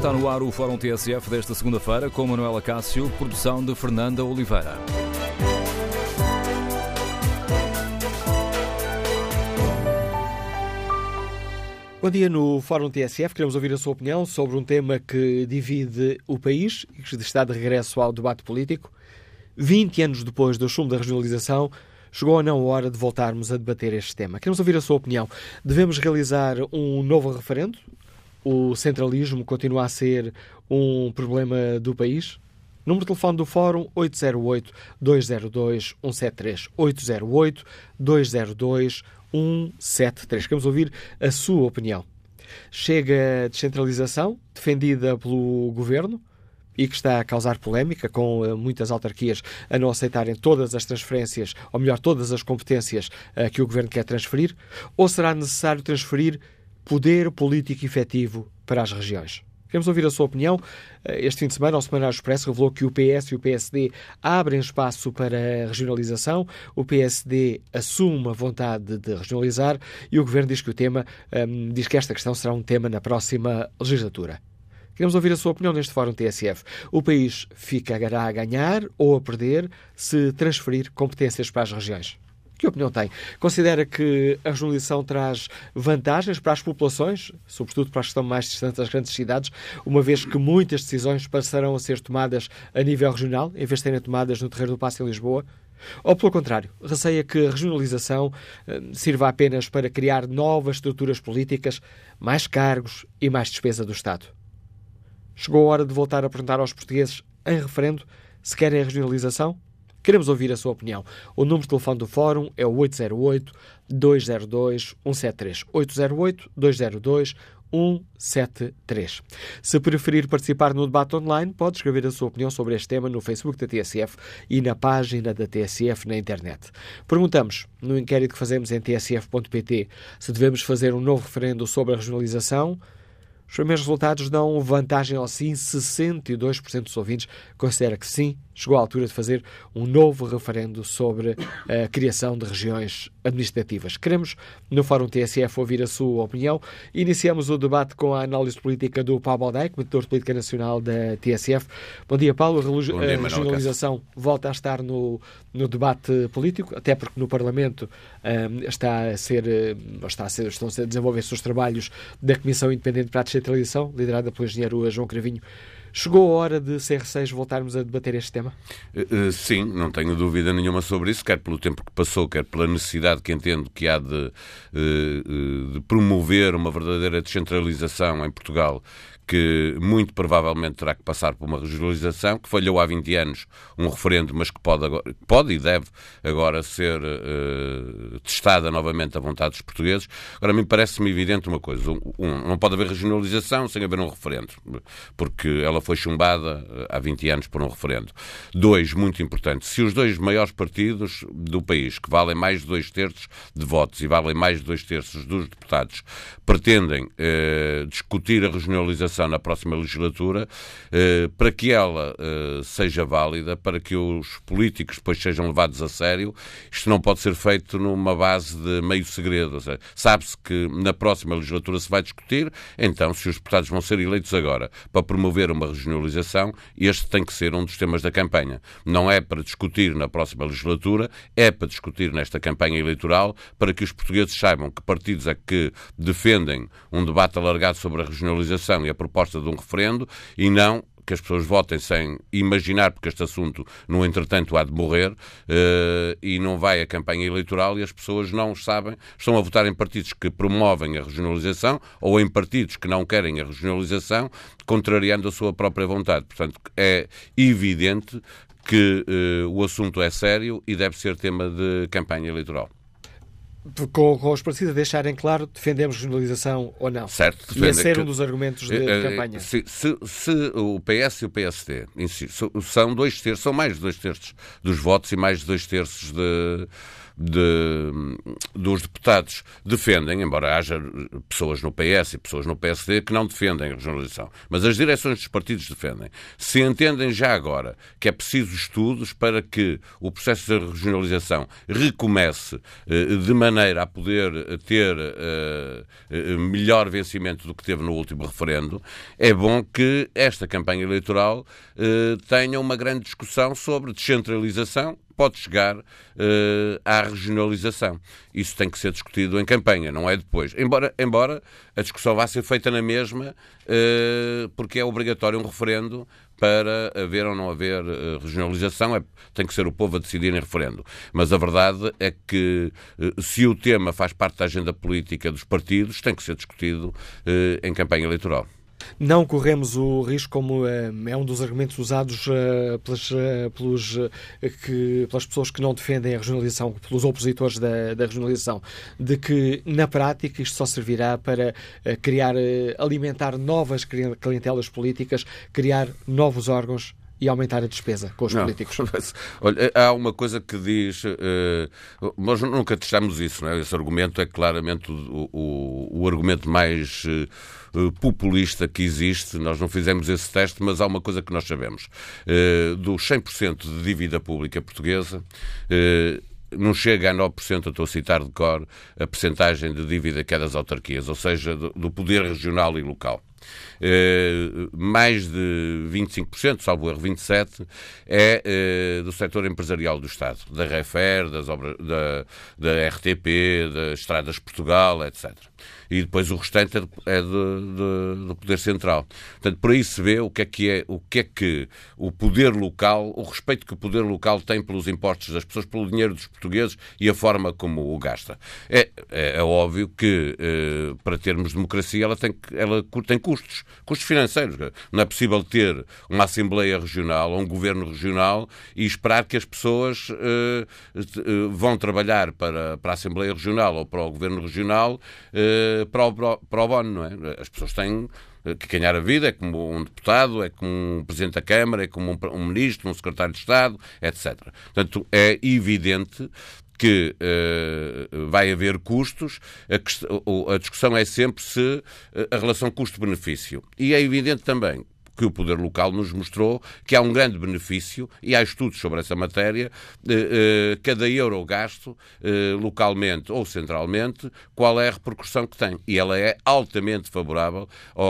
Está no ar o Fórum TSF desta segunda-feira com Manuela Cássio, produção de Fernanda Oliveira. Bom dia. No Fórum TSF queremos ouvir a sua opinião sobre um tema que divide o país e que está de regresso ao debate político. 20 anos depois do chumbo da regionalização, chegou ou não a hora de voltarmos a debater este tema. Queremos ouvir a sua opinião. Devemos realizar um novo referendo? O centralismo continua a ser um problema do país? Número de telefone do Fórum 808-202-173. 808-202-173. Queremos ouvir a sua opinião. Chega a descentralização, defendida pelo Governo, e que está a causar polémica, com muitas autarquias a não aceitarem todas as transferências, ou melhor, todas as competências que o Governo quer transferir, ou será necessário transferir poder político efetivo para as regiões? Queremos ouvir a sua opinião. Este fim de semana, o Semanário Expresso revelou que o PS e o PSD abrem espaço para a regionalização. O PSD assume a vontade de regionalizar e o Governo diz que diz que esta questão será um tema na próxima legislatura. Queremos ouvir a sua opinião neste Fórum TSF. O país ficará a ganhar ou a perder se transferir competências para as regiões? Que opinião tem? Considera que a regionalização traz vantagens para as populações, sobretudo para as que estão mais distantes das grandes cidades, uma vez que muitas decisões passarão a ser tomadas a nível regional, em vez de serem tomadas no Terreiro do Paço em Lisboa? Ou, pelo contrário, receia que a regionalização sirva apenas para criar novas estruturas políticas, mais cargos e mais despesa do Estado? Chegou a hora de voltar a perguntar aos portugueses, em referendo, se querem a regionalização? Queremos ouvir a sua opinião. O número de telefone do Fórum é o 808-202-173. 808-202-173. Se preferir participar no debate online, pode escrever a sua opinião sobre este tema no Facebook da TSF e na página da TSF na internet. Perguntamos, no inquérito que fazemos em tsf.pt, se devemos fazer um novo referendo sobre a regionalização. Os primeiros resultados dão vantagem ao sim. 62% dos ouvintes considera que sim, chegou a altura de fazer um novo referendo sobre a criação de regiões administrativas. Queremos, no Fórum TSF, ouvir a sua opinião. Iniciamos o debate com a análise política do Paulo Baldaia, comentador de política nacional da TSF. Bom dia, Paulo. A regionalização volta a estar no debate político, até porque no Parlamento estão a desenvolver-se os trabalhos da Comissão Independente para a Descentralização, liderada pelo engenheiro João Cravinho. Chegou a hora de, sem receios, voltarmos a debater este tema? Sim, não tenho dúvida nenhuma sobre isso, quer pelo tempo que passou, quer pela necessidade que entendo que há de promover uma verdadeira descentralização em Portugal, que muito provavelmente terá que passar por uma regionalização, que falhou há 20 anos um referendo, mas que pode e deve agora ser testada novamente à vontade dos portugueses. Agora, a mim parece-me evidente uma coisa. Não pode haver regionalização sem haver um referendo, porque ela foi chumbada há 20 anos por um referendo. 2, muito importante, se os dois maiores partidos do país, que valem mais de 2/3 de votos e valem mais de 2/3 dos deputados, pretendem discutir a regionalização na próxima legislatura, para que ela seja válida, para que os políticos depois sejam levados a sério, isto não pode ser feito numa base de meio segredo. Ou seja, sabe-se que na próxima legislatura se vai discutir, então se os deputados vão ser eleitos agora para promover uma regionalização, este tem que ser um dos temas da campanha. Não é para discutir na próxima legislatura, é para discutir nesta campanha eleitoral, para que os portugueses saibam que partidos é que defendem um debate alargado sobre a regionalização e a proposta de um referendo, e não que as pessoas votem sem imaginar, porque este assunto, no entretanto, há de morrer, e não vai a campanha eleitoral e as pessoas não sabem, estão a votar em partidos que promovem a regionalização ou em partidos que não querem a regionalização, contrariando a sua própria vontade. Portanto, é evidente que o assunto é sério e deve ser tema de campanha eleitoral. Com os partidos a deixarem claro, defendemos regionalização ou não. Certo. E a ser um dos argumentos de campanha. Se o PS e o PSD, insisto, são mais de 2/3 dos votos e mais de 2/3 dos deputados defendem, embora haja pessoas no PS e pessoas no PSD que não defendem a regionalização, mas as direções dos partidos defendem. Se entendem já agora que é preciso estudos para que o processo de regionalização recomece de maneira a poder ter melhor vencimento do que teve no último referendo, é bom que esta campanha eleitoral tenha uma grande discussão sobre descentralização, pode chegar à regionalização. Isso tem que ser discutido em campanha, não é depois. Embora a discussão vá ser feita na mesma, porque é obrigatório um referendo para haver ou não haver regionalização, tem que ser o povo a decidir em referendo. Mas a verdade é que se o tema faz parte da agenda política dos partidos, tem que ser discutido em campanha eleitoral. Não corremos o risco, como é um dos argumentos usados pelas pessoas que não defendem a regionalização, pelos opositores da regionalização, de que, na prática, isto só servirá para alimentar novas clientelas políticas, criar novos órgãos e aumentar a despesa com os políticos. Olha, há uma coisa que diz... nós nunca testamos isso, não é? Esse argumento é claramente o argumento mais populista que existe. Nós não fizemos esse teste, mas há uma coisa que nós sabemos. Dos 100% de dívida pública portuguesa... não chega a 9%, eu estou a citar de cor, a percentagem de dívida que é das autarquias, ou seja, do poder regional e local. Mais de 25%, salvo erro 27%, é do setor empresarial do Estado, da REFER, da RTP, das Estradas de Portugal, etc. E depois o restante é do Poder Central. Portanto, por aí se vê o que é que o poder local, o respeito que o poder local tem pelos impostos das pessoas, pelo dinheiro dos portugueses e a forma como o gasta. É óbvio que para termos democracia ela tem custos financeiros. Não é possível ter uma Assembleia Regional ou um Governo Regional e esperar que as pessoas vão trabalhar para a Assembleia Regional ou para o Governo Regional para o bono, não é? As pessoas têm que ganhar a vida, é como um deputado, é como um Presidente da Câmara, é como um Ministro, um Secretário de Estado, etc. Portanto, é evidente que vai haver custos. A discussão é sempre se a relação custo-benefício. E é evidente também que o poder local nos mostrou que há um grande benefício, e há estudos sobre essa matéria, cada euro gasto localmente ou centralmente, qual é a repercussão que tem. E ela é altamente favorável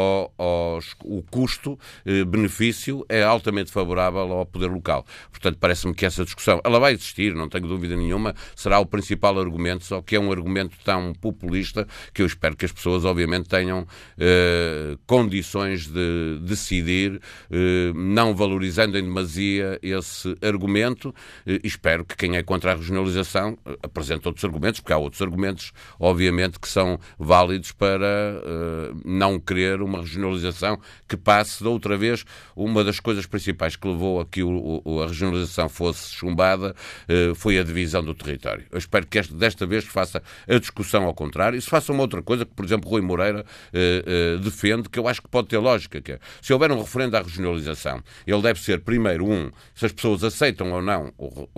o custo-benefício é altamente favorável ao poder local. Portanto, parece-me que essa discussão, ela vai existir, não tenho dúvida nenhuma, será o principal argumento, só que é um argumento tão populista que eu espero que as pessoas, obviamente, tenham condições de decidir, não valorizando em demasia esse argumento. Espero que quem é contra a regionalização apresente outros argumentos, porque há outros argumentos, obviamente, que são válidos para não querer uma regionalização que passe de outra vez. Uma das coisas principais que levou a que a regionalização fosse chumbada foi a divisão do território. Eu espero que desta vez faça a discussão ao contrário e se faça uma outra coisa que, por exemplo, Rui Moreira defende, que eu acho que pode ter lógica, que é, se houver um referendo à regionalização, ele deve ser, primeiro, se as pessoas aceitam ou não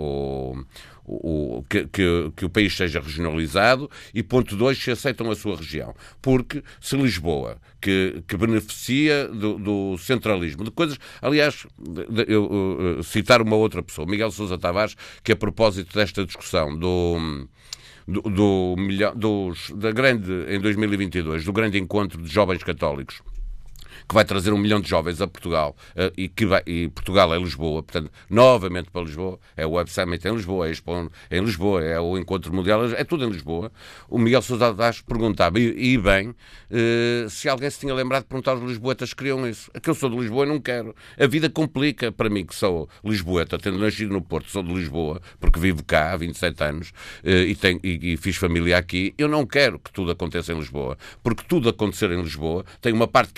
que o país seja regionalizado, e ponto 2, se aceitam a sua região. Porque se Lisboa, que beneficia do centralismo, de coisas... Aliás, eu citar uma outra pessoa, Miguel Sousa Tavares, que a propósito desta discussão em 2022, do grande encontro de jovens católicos, que vai trazer 1 milhão de jovens a Portugal, e Portugal é Lisboa, portanto, novamente para Lisboa, é o Web Summit em Lisboa, é a Expo em Lisboa, é o Encontro Mundial, é tudo em Lisboa. O Miguel Sousa Tavares perguntava, e bem, se alguém se tinha lembrado de perguntar aos lisboetas que queriam isso. É que eu sou de Lisboa e não quero. A vida complica para mim, que sou lisboeta, tendo nascido no Porto, sou de Lisboa, porque vivo cá há 27 anos, e fiz família aqui. Eu não quero que tudo aconteça em Lisboa, porque tudo acontecer em Lisboa tem uma parte que é benefício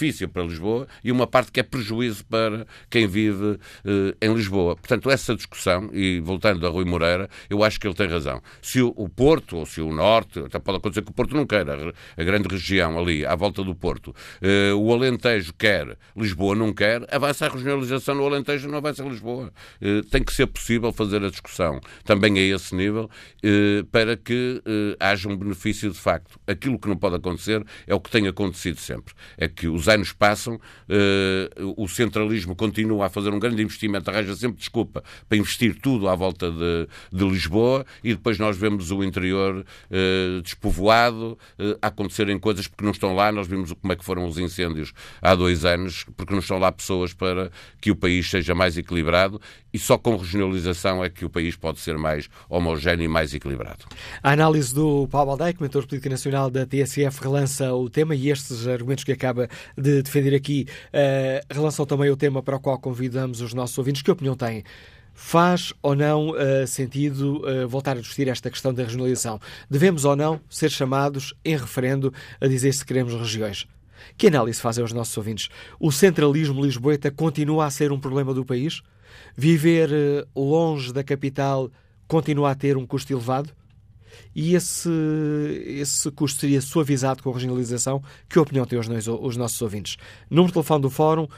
benefício para Lisboa e uma parte que é prejuízo para quem vive em Lisboa. Portanto, essa discussão, e voltando a Rui Moreira, eu acho que ele tem razão. Se o Porto, ou se o Norte, até pode acontecer que o Porto não queira, a grande região ali, à volta do Porto, o Alentejo quer, Lisboa não quer, avança a regionalização no Alentejo, não avança a Lisboa. Tem que ser possível fazer a discussão também a esse nível, para que haja um benefício de facto. Aquilo que não pode acontecer é o que tem acontecido sempre. É que os anos passam, o centralismo continua a fazer um grande investimento, arranja sempre desculpa para investir tudo à volta de Lisboa, e depois nós vemos o interior despovoado, a acontecerem coisas porque não estão lá. Nós vimos como é que foram os incêndios há 2 anos, porque não estão lá pessoas para que o país seja mais equilibrado, e só com regionalização é que o país pode ser mais homogéneo e mais equilibrado. A análise do Paulo Baldaia, comentador de política nacional da TSF, relança o tema, e estes argumentos que acaba de defender aqui relançam também o tema para o qual convidamos os nossos ouvintes. Que opinião têm? Faz ou não sentido voltar a discutir esta questão da regionalização? Devemos ou não ser chamados em referendo a dizer se queremos regiões? Que análise fazem os nossos ouvintes? O centralismo lisboeta continua a ser um problema do país? Viver longe da capital continua a ter um custo elevado? E esse custo seria suavizado com a regionalização? Que opinião têm os nossos ouvintes? Número de telefone do Fórum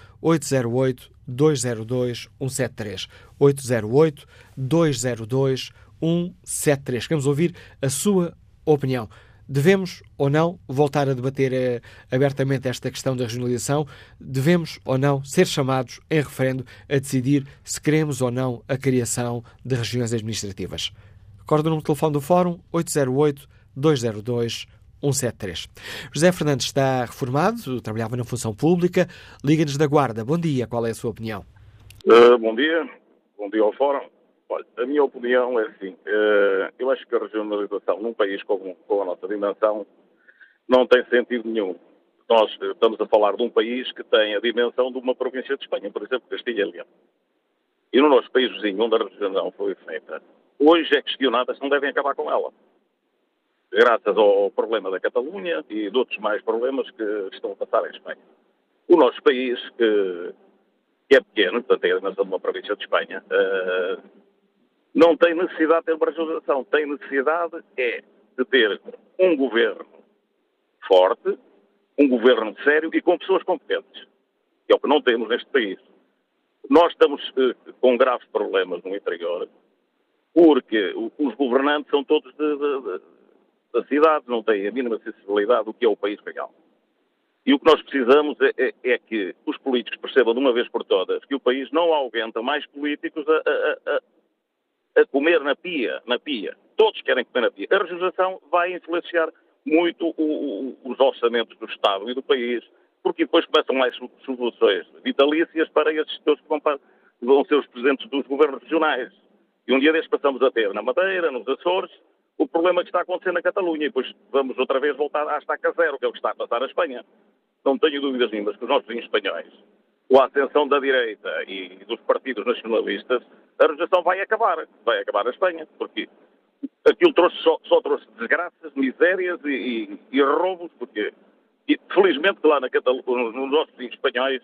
808-202-173. 808-202-173. Queremos ouvir a sua opinião. Devemos ou não voltar a debater abertamente esta questão da regionalização? Devemos ou não ser chamados em referendo a decidir se queremos ou não a criação de regiões administrativas? Recordo o número de telefone do Fórum 808-202-173. José Fernandes está reformado, trabalhava na função pública, liga-nos da Guarda. Bom dia, qual é a sua opinião? Bom dia ao Fórum. Olha, a minha opinião é assim, eu acho que a regionalização num país com a nossa dimensão não tem sentido nenhum. Nós estamos a falar de um país que tem a dimensão de uma província de Espanha, por exemplo, Castilha e Leão. E no nosso país vizinho, onde a regionalização foi feita, hoje é questionada se não devem acabar com ela. Graças ao problema da Catalunha e de outros mais problemas que estão a passar em Espanha. O nosso país, que é pequeno, portanto é a dimensão de uma província de Espanha, não tem necessidade de ter uma regionalização. Tem necessidade de ter um governo forte, um governo sério e com pessoas competentes. Que é o que não temos neste país. Nós estamos com graves problemas no interior, porque os governantes são todos da cidade, não têm a mínima sensibilidade do que é o país real. E o que nós precisamos é que os políticos percebam de uma vez por todas que o país não aguenta mais políticos a comer na pia. Todos querem comer na pia. A regionalização vai influenciar muito os orçamentos do Estado e do país, porque depois começam mais soluções vitalícias para esses setores que vão ser os presidentes dos governos regionais. E um dia destes passamos a ter na Madeira, nos Açores, o problema que está acontecendo na Catalunha, e depois vamos outra vez voltar à estaca zero, que é o que está a passar na Espanha. Não tenho dúvidas nenhumas que os nossos vizinhos espanhóis, com a ascensão da direita e dos partidos nacionalistas, a regionalização vai acabar na Espanha, porque aquilo só trouxe desgraças, misérias e roubos, porque felizmente lá na Catalunha, nos nossos vizinhos espanhóis,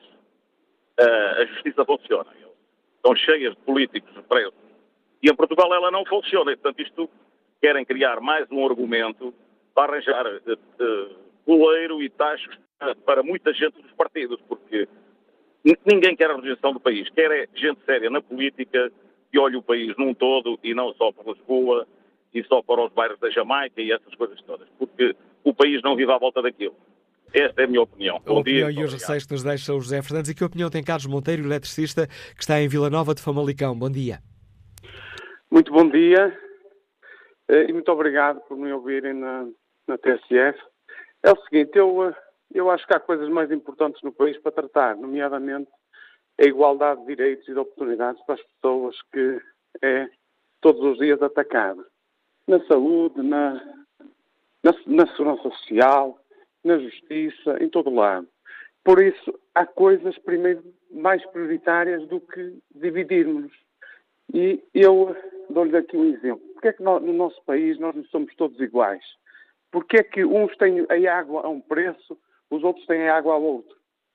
a justiça funciona. Estão cheias de políticos presos. E em Portugal ela não funciona, e portanto isto querem criar mais um argumento para arranjar coleiro e taxos para muita gente dos partidos, porque ninguém quer a rejeição do país, quer gente séria na política que olhe o país num todo e não só para Lisboa e só para os bairros da Jamaica e essas coisas todas, porque o país não vive à volta daquilo. Esta é a minha opinião. A opinião e os receios que nos deixa o José Fernandes. E que opinião tem Carlos Monteiro, eletricista, que está em Vila Nova de Famalicão? Bom dia. Muito bom dia e muito obrigado por me ouvirem na TSF. É o seguinte, eu acho que há coisas mais importantes no país para tratar, nomeadamente a igualdade de direitos e de oportunidades para as pessoas que é todos os dias atacada. Na saúde, na segurança social, na justiça, em todo lado. Por isso, há coisas, primeiro, mais prioritárias do que dividirmos. E eu dou-lhe aqui um exemplo. Porque é que no nosso país nós não somos todos iguais? Porque é que uns têm a água a um preço, os outros têm a água a outro?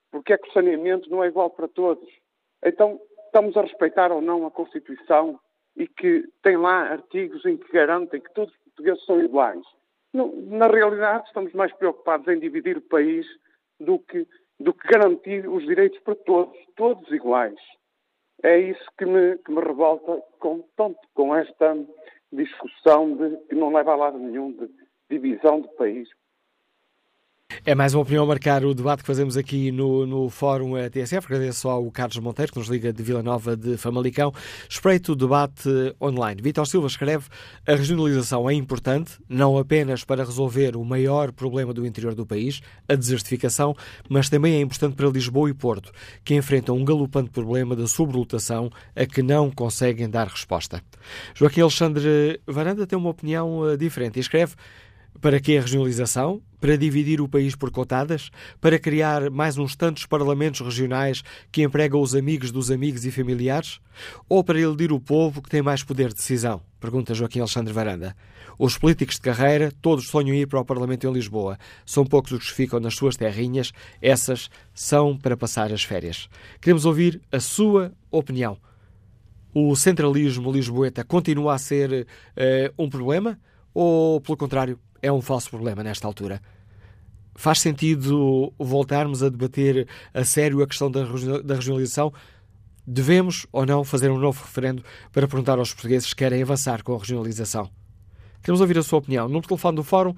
Porque é que o saneamento não é igual para todos? Então, estamos a respeitar ou não a Constituição e que tem lá artigos em que garantem que todos os portugueses são iguais? Na realidade, estamos mais preocupados em dividir o país do que garantir os direitos para todos iguais. É isso que me revolta com esta discussão que não leva a lado nenhum, de divisão do país. É mais uma opinião a marcar o debate que fazemos aqui no Fórum TSF. Agradeço ao Carlos Monteiro, que nos liga de Vila Nova de Famalicão. Espreito o debate online. Vítor Silva escreve: a regionalização é importante, não apenas para resolver o maior problema do interior do país, a desertificação, mas também é importante para Lisboa e Porto, que enfrentam um galopante problema de sobrelotação a que não conseguem dar resposta. Joaquim Alexandre Varanda tem uma opinião diferente e escreve: para que a regionalização? Para dividir o país por cotadas? Para criar mais uns tantos parlamentos regionais que empregam os amigos dos amigos e familiares? Ou para iludir o povo que tem mais poder de decisão? Pergunta Joaquim Alexandre Varanda. Os políticos de carreira, todos sonham ir para o Parlamento em Lisboa. São poucos os que ficam nas suas terrinhas. Essas são para passar as férias. Queremos ouvir a sua opinião. O centralismo lisboeta continua a ser um problema? Ou, pelo contrário, é um falso problema nesta altura? Faz sentido voltarmos a debater a sério a questão da regionalização? Devemos ou não fazer um novo referendo para perguntar aos portugueses se querem avançar com a regionalização? Queremos ouvir a sua opinião. Número de telefone do Fórum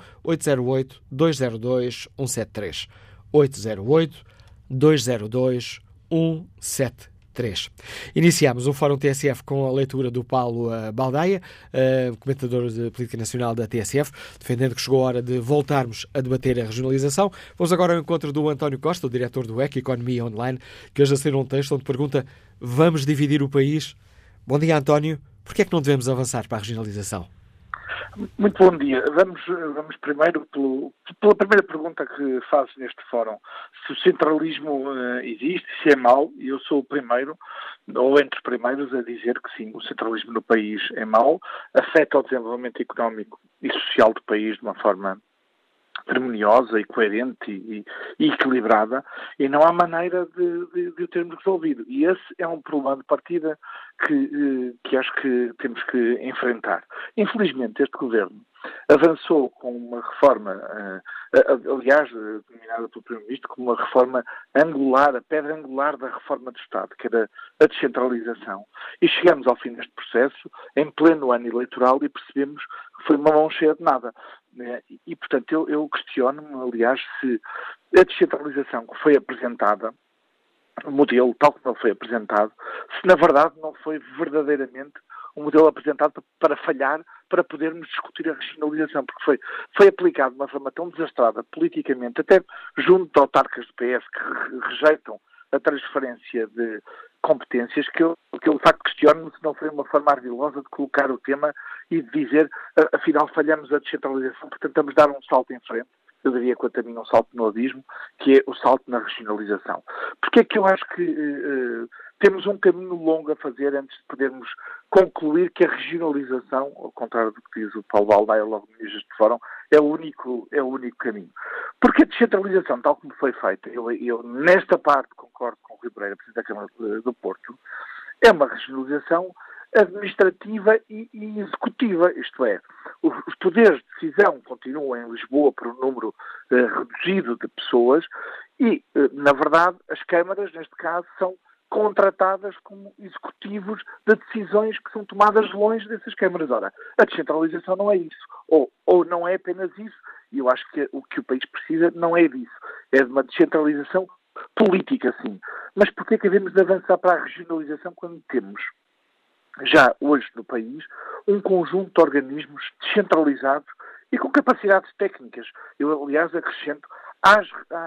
808-202-173. 808-202-173. Iniciamos o Fórum TSF com a leitura do Paulo Baldaia, comentador de Política Nacional da TSF, defendendo que chegou a hora de voltarmos a debater a regionalização. Vamos agora ao encontro do António Costa, o diretor do EC, Economia Online, que hoje assina um texto onde pergunta: vamos dividir o país? Bom dia, António. Porquê é que não devemos avançar para a regionalização? Muito bom dia. Vamos primeiro pela primeira pergunta que fazes neste fórum. Se o centralismo existe, se é mau, e eu sou o primeiro, ou entre os primeiros, a dizer que sim, o centralismo no país é mau, afeta o desenvolvimento económico e social do país de uma forma harmoniosa e coerente e equilibrada, e não há maneira de o termos resolvido. E esse é um problema de partida que acho que temos que enfrentar. Infelizmente, este governo avançou com uma reforma, aliás, denominada pelo Primeiro-Ministro como uma reforma angular, a pedra angular da reforma do Estado, que era a descentralização. E chegamos ao fim deste processo, em pleno ano eleitoral, e percebemos que foi uma mão cheia de nada. E portanto, eu questiono-me, aliás, se a descentralização que foi apresentada, o modelo tal como ele foi apresentado, se na verdade não foi verdadeiramente um modelo apresentado para falhar, para podermos discutir a regionalização, porque foi aplicado de uma forma tão desastrada politicamente, até junto de autarcas do PS que rejeitam a transferência de competências, que eu de facto questiono se não foi uma forma ardilosa de colocar o tema e de dizer, afinal falhamos a descentralização, portanto tentamos dar um salto em frente. Eu diria, quanto a mim, um salto no abismo, que é o salto na regionalização. Porque é que eu acho que temos um caminho longo a fazer antes de podermos concluir que a regionalização, ao contrário do que diz o Paulo Baldaia logo no início deste fórum, é o único caminho. Porque a descentralização, tal como foi feita, eu nesta parte concordo com o Rui Pereira, Presidente da Câmara do Porto, é uma regionalização administrativa e executiva, isto é, os poderes de decisão continuam em Lisboa por um número reduzido de pessoas e, na verdade, as câmaras, neste caso, são contratadas como executivos de decisões que são tomadas longe dessas câmaras. Ora, a descentralização não é isso, ou não é apenas isso, e eu acho que o que o país precisa não é disso, é de uma descentralização política, sim. Mas porquê que devemos avançar para a regionalização quando temos já hoje no país um conjunto de organismos descentralizados e com capacidades técnicas? Eu, aliás, acrescento às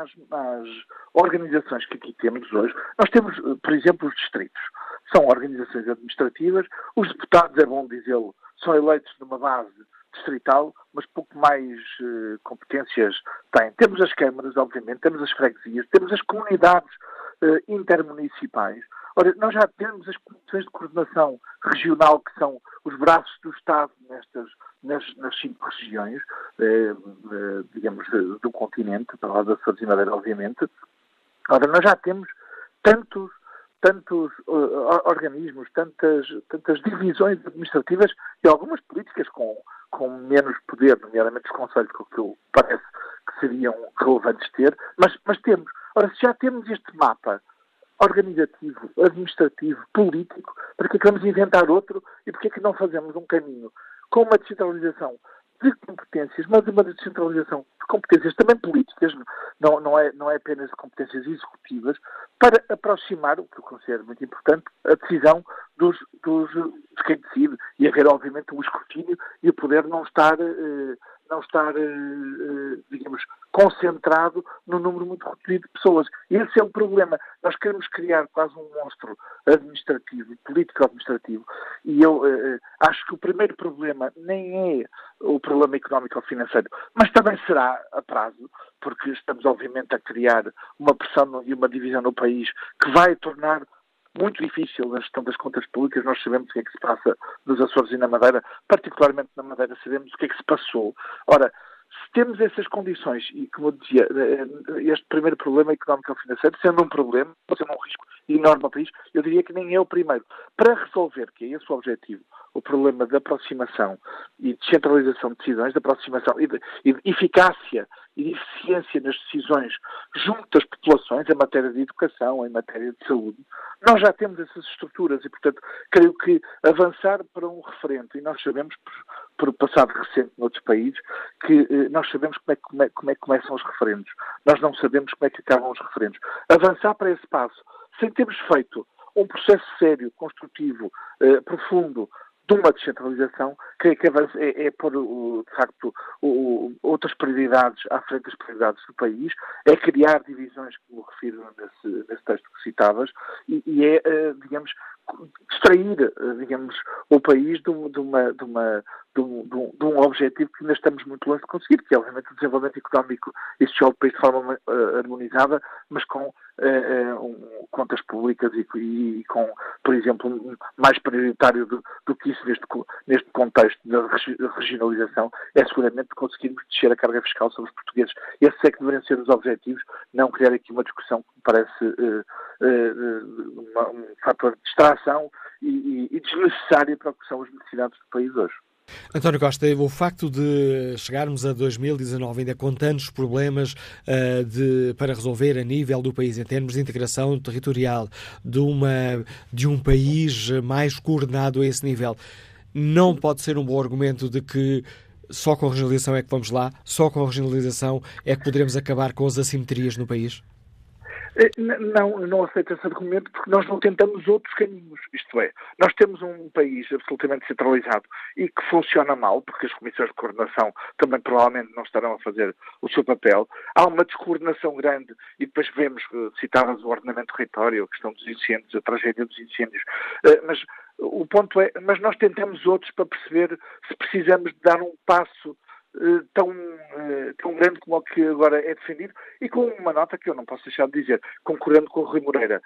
organizações que aqui temos hoje. Nós temos, por exemplo, os distritos. São organizações administrativas. Os deputados, é bom dizê-lo, são eleitos numa base distrital, mas pouco mais competências têm. Temos as câmaras, obviamente, temos as freguesias, temos as comunidades intermunicipais. Ora, nós já temos as comissões de coordenação regional, que são os braços do Estado nas 5 regiões, digamos, do continente, para lá da Açores e Madeira, obviamente, Ora, nós já temos tantos organismos, tantas divisões administrativas e algumas políticas com menos poder, nomeadamente os conselhos, que eu parece que seriam relevantes ter, mas temos. Ora, se já temos este mapa organizativo, administrativo, político, para que é que vamos inventar outro e porque é que não fazemos um caminho com uma descentralização de competências, mas uma descentralização de competências também políticas, não é apenas de competências executivas, para aproximar, o que eu considero muito importante, a decisão de quem decide e haver, obviamente, o escrutínio e o poder não estar digamos, concentrado num número muito reduzido de pessoas. E esse é o problema. Nós queremos criar quase um monstro administrativo, político-administrativo, e eu acho que o primeiro problema nem é o problema económico ou financeiro, mas também será a prazo, porque estamos, obviamente, a criar uma pressão e uma divisão no país que vai tornar muito difícil a gestão das contas públicas. Nós sabemos o que é que se passa nos Açores e na Madeira, particularmente na Madeira sabemos o que é que se passou. Ora, se temos essas condições, e como eu dizia, este primeiro problema económico-financeiro, sendo um problema, sendo um risco enorme ao país, eu diria que nem é o primeiro. Para resolver, que é esse o objetivo, o problema da aproximação e descentralização de decisões, de aproximação e de eficácia e de eficiência nas decisões junto das populações, em matéria de educação, em matéria de saúde, nós já temos essas estruturas e, portanto, creio que avançar para um referendo, e nós sabemos, por passado recente noutros países, que nós sabemos como é que começam os referendos. Nós não sabemos como é que acabam os referendos. Avançar para esse passo, sem termos feito um processo sério, construtivo, profundo, de uma descentralização, creio que é pôr, de facto, outras prioridades à frente das prioridades do país, é criar divisões, como refiro nesse texto que citavas, e é, digamos, distrair, digamos, o país de um objetivo que ainda estamos muito longe de conseguir, que é, obviamente, o desenvolvimento económico e social do país de forma harmonizada, mas com contas públicas e com, por exemplo, mais prioritário do que isso neste contexto da regionalização é seguramente conseguirmos descer a carga fiscal sobre os portugueses. Esses é que deveriam ser os objetivos, não criar aqui uma discussão que me parece um fator de distração e desnecessária para o que são as necessidades do país hoje. António Costa, o facto de chegarmos a 2019 ainda com tantos problemas para resolver a nível do país, em termos de integração territorial, de um país mais coordenado a esse nível, não pode ser um bom argumento de que só com a regionalização é que vamos lá, só com a regionalização é que poderemos acabar com as assimetrias no país? Não, eu não aceito esse argumento porque nós não tentamos outros caminhos. Isto é, nós temos um país absolutamente centralizado e que funciona mal, porque as comissões de coordenação também provavelmente não estarão a fazer o seu papel. Há uma descoordenação grande e depois vemos, citavas o ordenamento do território, a questão dos incêndios, a tragédia dos incêndios. Mas o ponto é, mas nós tentamos outros para perceber se precisamos de dar um passo tão grande como o que agora é defendido, e com uma nota que eu não posso deixar de dizer, concordando com o Rui Moreira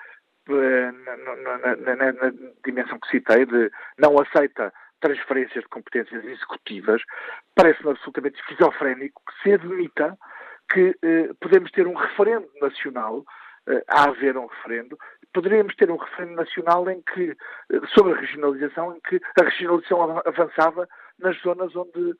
na dimensão que citei, de não aceita transferências de competências executivas, parece-me absolutamente esquizofrénico que se admita que podemos ter um referendo nacional, a haver um referendo, poderíamos ter um referendo nacional sobre a regionalização, em que a regionalização avançava nas zonas onde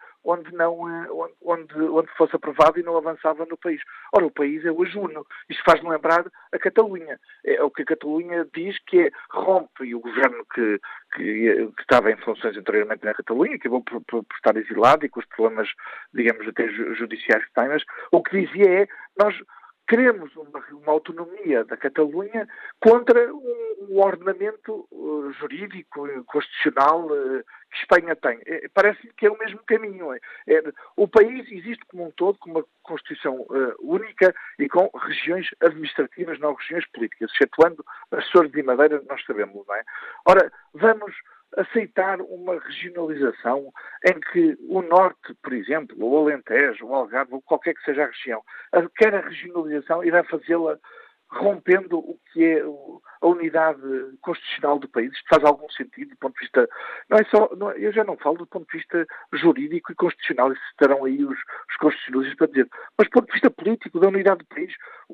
fosse aprovado e não avançava no país. Ora, o país é hoje uno. Isto faz-me lembrar a Catalunha. É o que a Catalunha diz, que é rompe, e o governo que estava em funções anteriormente na Catalunha, acabou por estar exilado e com os problemas, digamos, até judiciais que tem, mas o que dizia é, nós queremos uma autonomia da Catalunha contra um ordenamento jurídico, constitucional que Espanha tem. Parece-me que é o mesmo caminho. O país existe como um todo, com uma Constituição única e com regiões administrativas, não regiões políticas, excetuando as Açores e Madeira, nós sabemos, não é? Ora, vamos aceitar uma regionalização em que o Norte, por exemplo, o Alentejo, o Algarve, ou qualquer que seja a região, quer a regionalização e vai fazê-la rompendo o que é a unidade constitucional do país. Isto faz algum sentido do ponto de vista... eu já não falo do ponto de vista jurídico e constitucional, isso estarão aí os constitucionalistas para dizer, mas do ponto de vista político, da unidade do país, o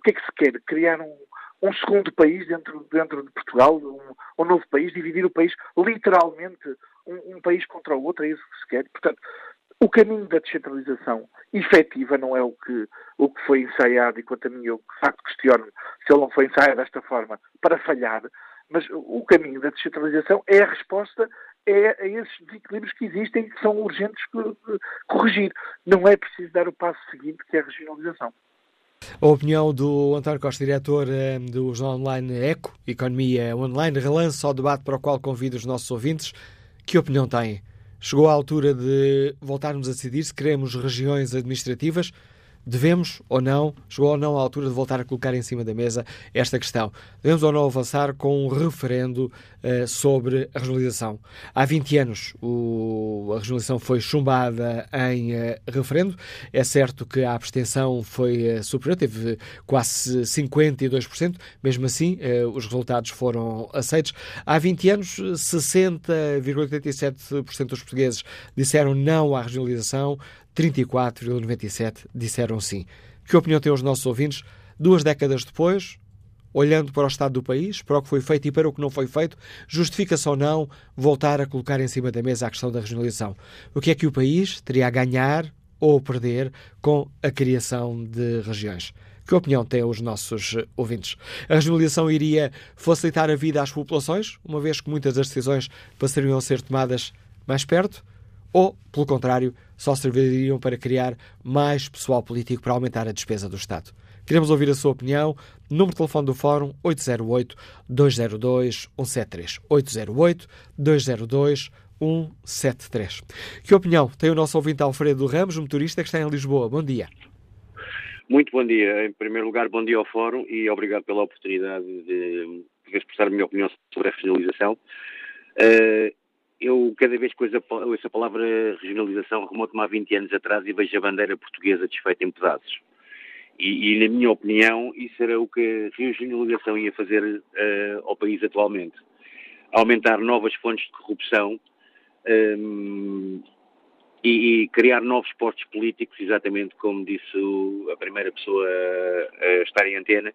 que é que se quer? Criar um segundo país dentro de Portugal, um novo país, dividir o país literalmente um país contra o outro, é isso que se quer. Portanto, o caminho da descentralização efetiva não é o que foi ensaiado, e quanto a mim eu de facto questiono se ele não foi ensaiado desta forma para falhar, mas o caminho da descentralização é a resposta a esses desequilíbrios que existem e que são urgentes corrigir. Não é preciso dar o passo seguinte, que é a regionalização. A opinião do António Costa, diretor do jornal online ECO, Economia Online, relança o debate para o qual convido os nossos ouvintes. Que opinião têm? Chegou a altura de voltarmos a decidir se queremos regiões administrativas? Devemos ou não? Chegou ou não a altura de voltar a colocar em cima da mesa esta questão? Devemos ou não avançar com um referendo sobre a regionalização? Há 20 anos a regionalização foi chumbada em referendo. É certo que a abstenção foi superior, teve quase 52%. Mesmo assim, os resultados foram aceitos. Há 20 anos, 60,87% dos portugueses disseram não à regionalização, 34,97% disseram sim. Que opinião têm os nossos ouvintes? 2 décadas depois, olhando para o estado do país, para o que foi feito e para o que não foi feito, justifica-se ou não voltar a colocar em cima da mesa a questão da regionalização? O que é que o país teria a ganhar ou a perder com a criação de regiões? Que opinião têm os nossos ouvintes? A regionalização iria facilitar a vida às populações, uma vez que muitas das decisões passariam a ser tomadas mais perto? Ou, pelo contrário, só serviriam para criar mais pessoal político para aumentar a despesa do Estado? Queremos ouvir a sua opinião. Número de telefone do Fórum 808-202-173. 808-202-173. Que opinião tem o nosso ouvinte Alfredo Ramos, motorista que está em Lisboa? Bom dia. Muito bom dia. Em primeiro lugar, bom dia ao Fórum e obrigado pela oportunidade de expressar a minha opinião sobre a regionalização. Eu, cada vez que ouço a palavra regionalização, remonto-me há 20 anos atrás e vejo a bandeira portuguesa desfeita em pedaços. E na minha opinião, isso era o que a regionalização ia fazer ao país atualmente. Aumentar novas fontes de corrupção e criar novos postos políticos, exatamente como disse a primeira pessoa a estar em antena,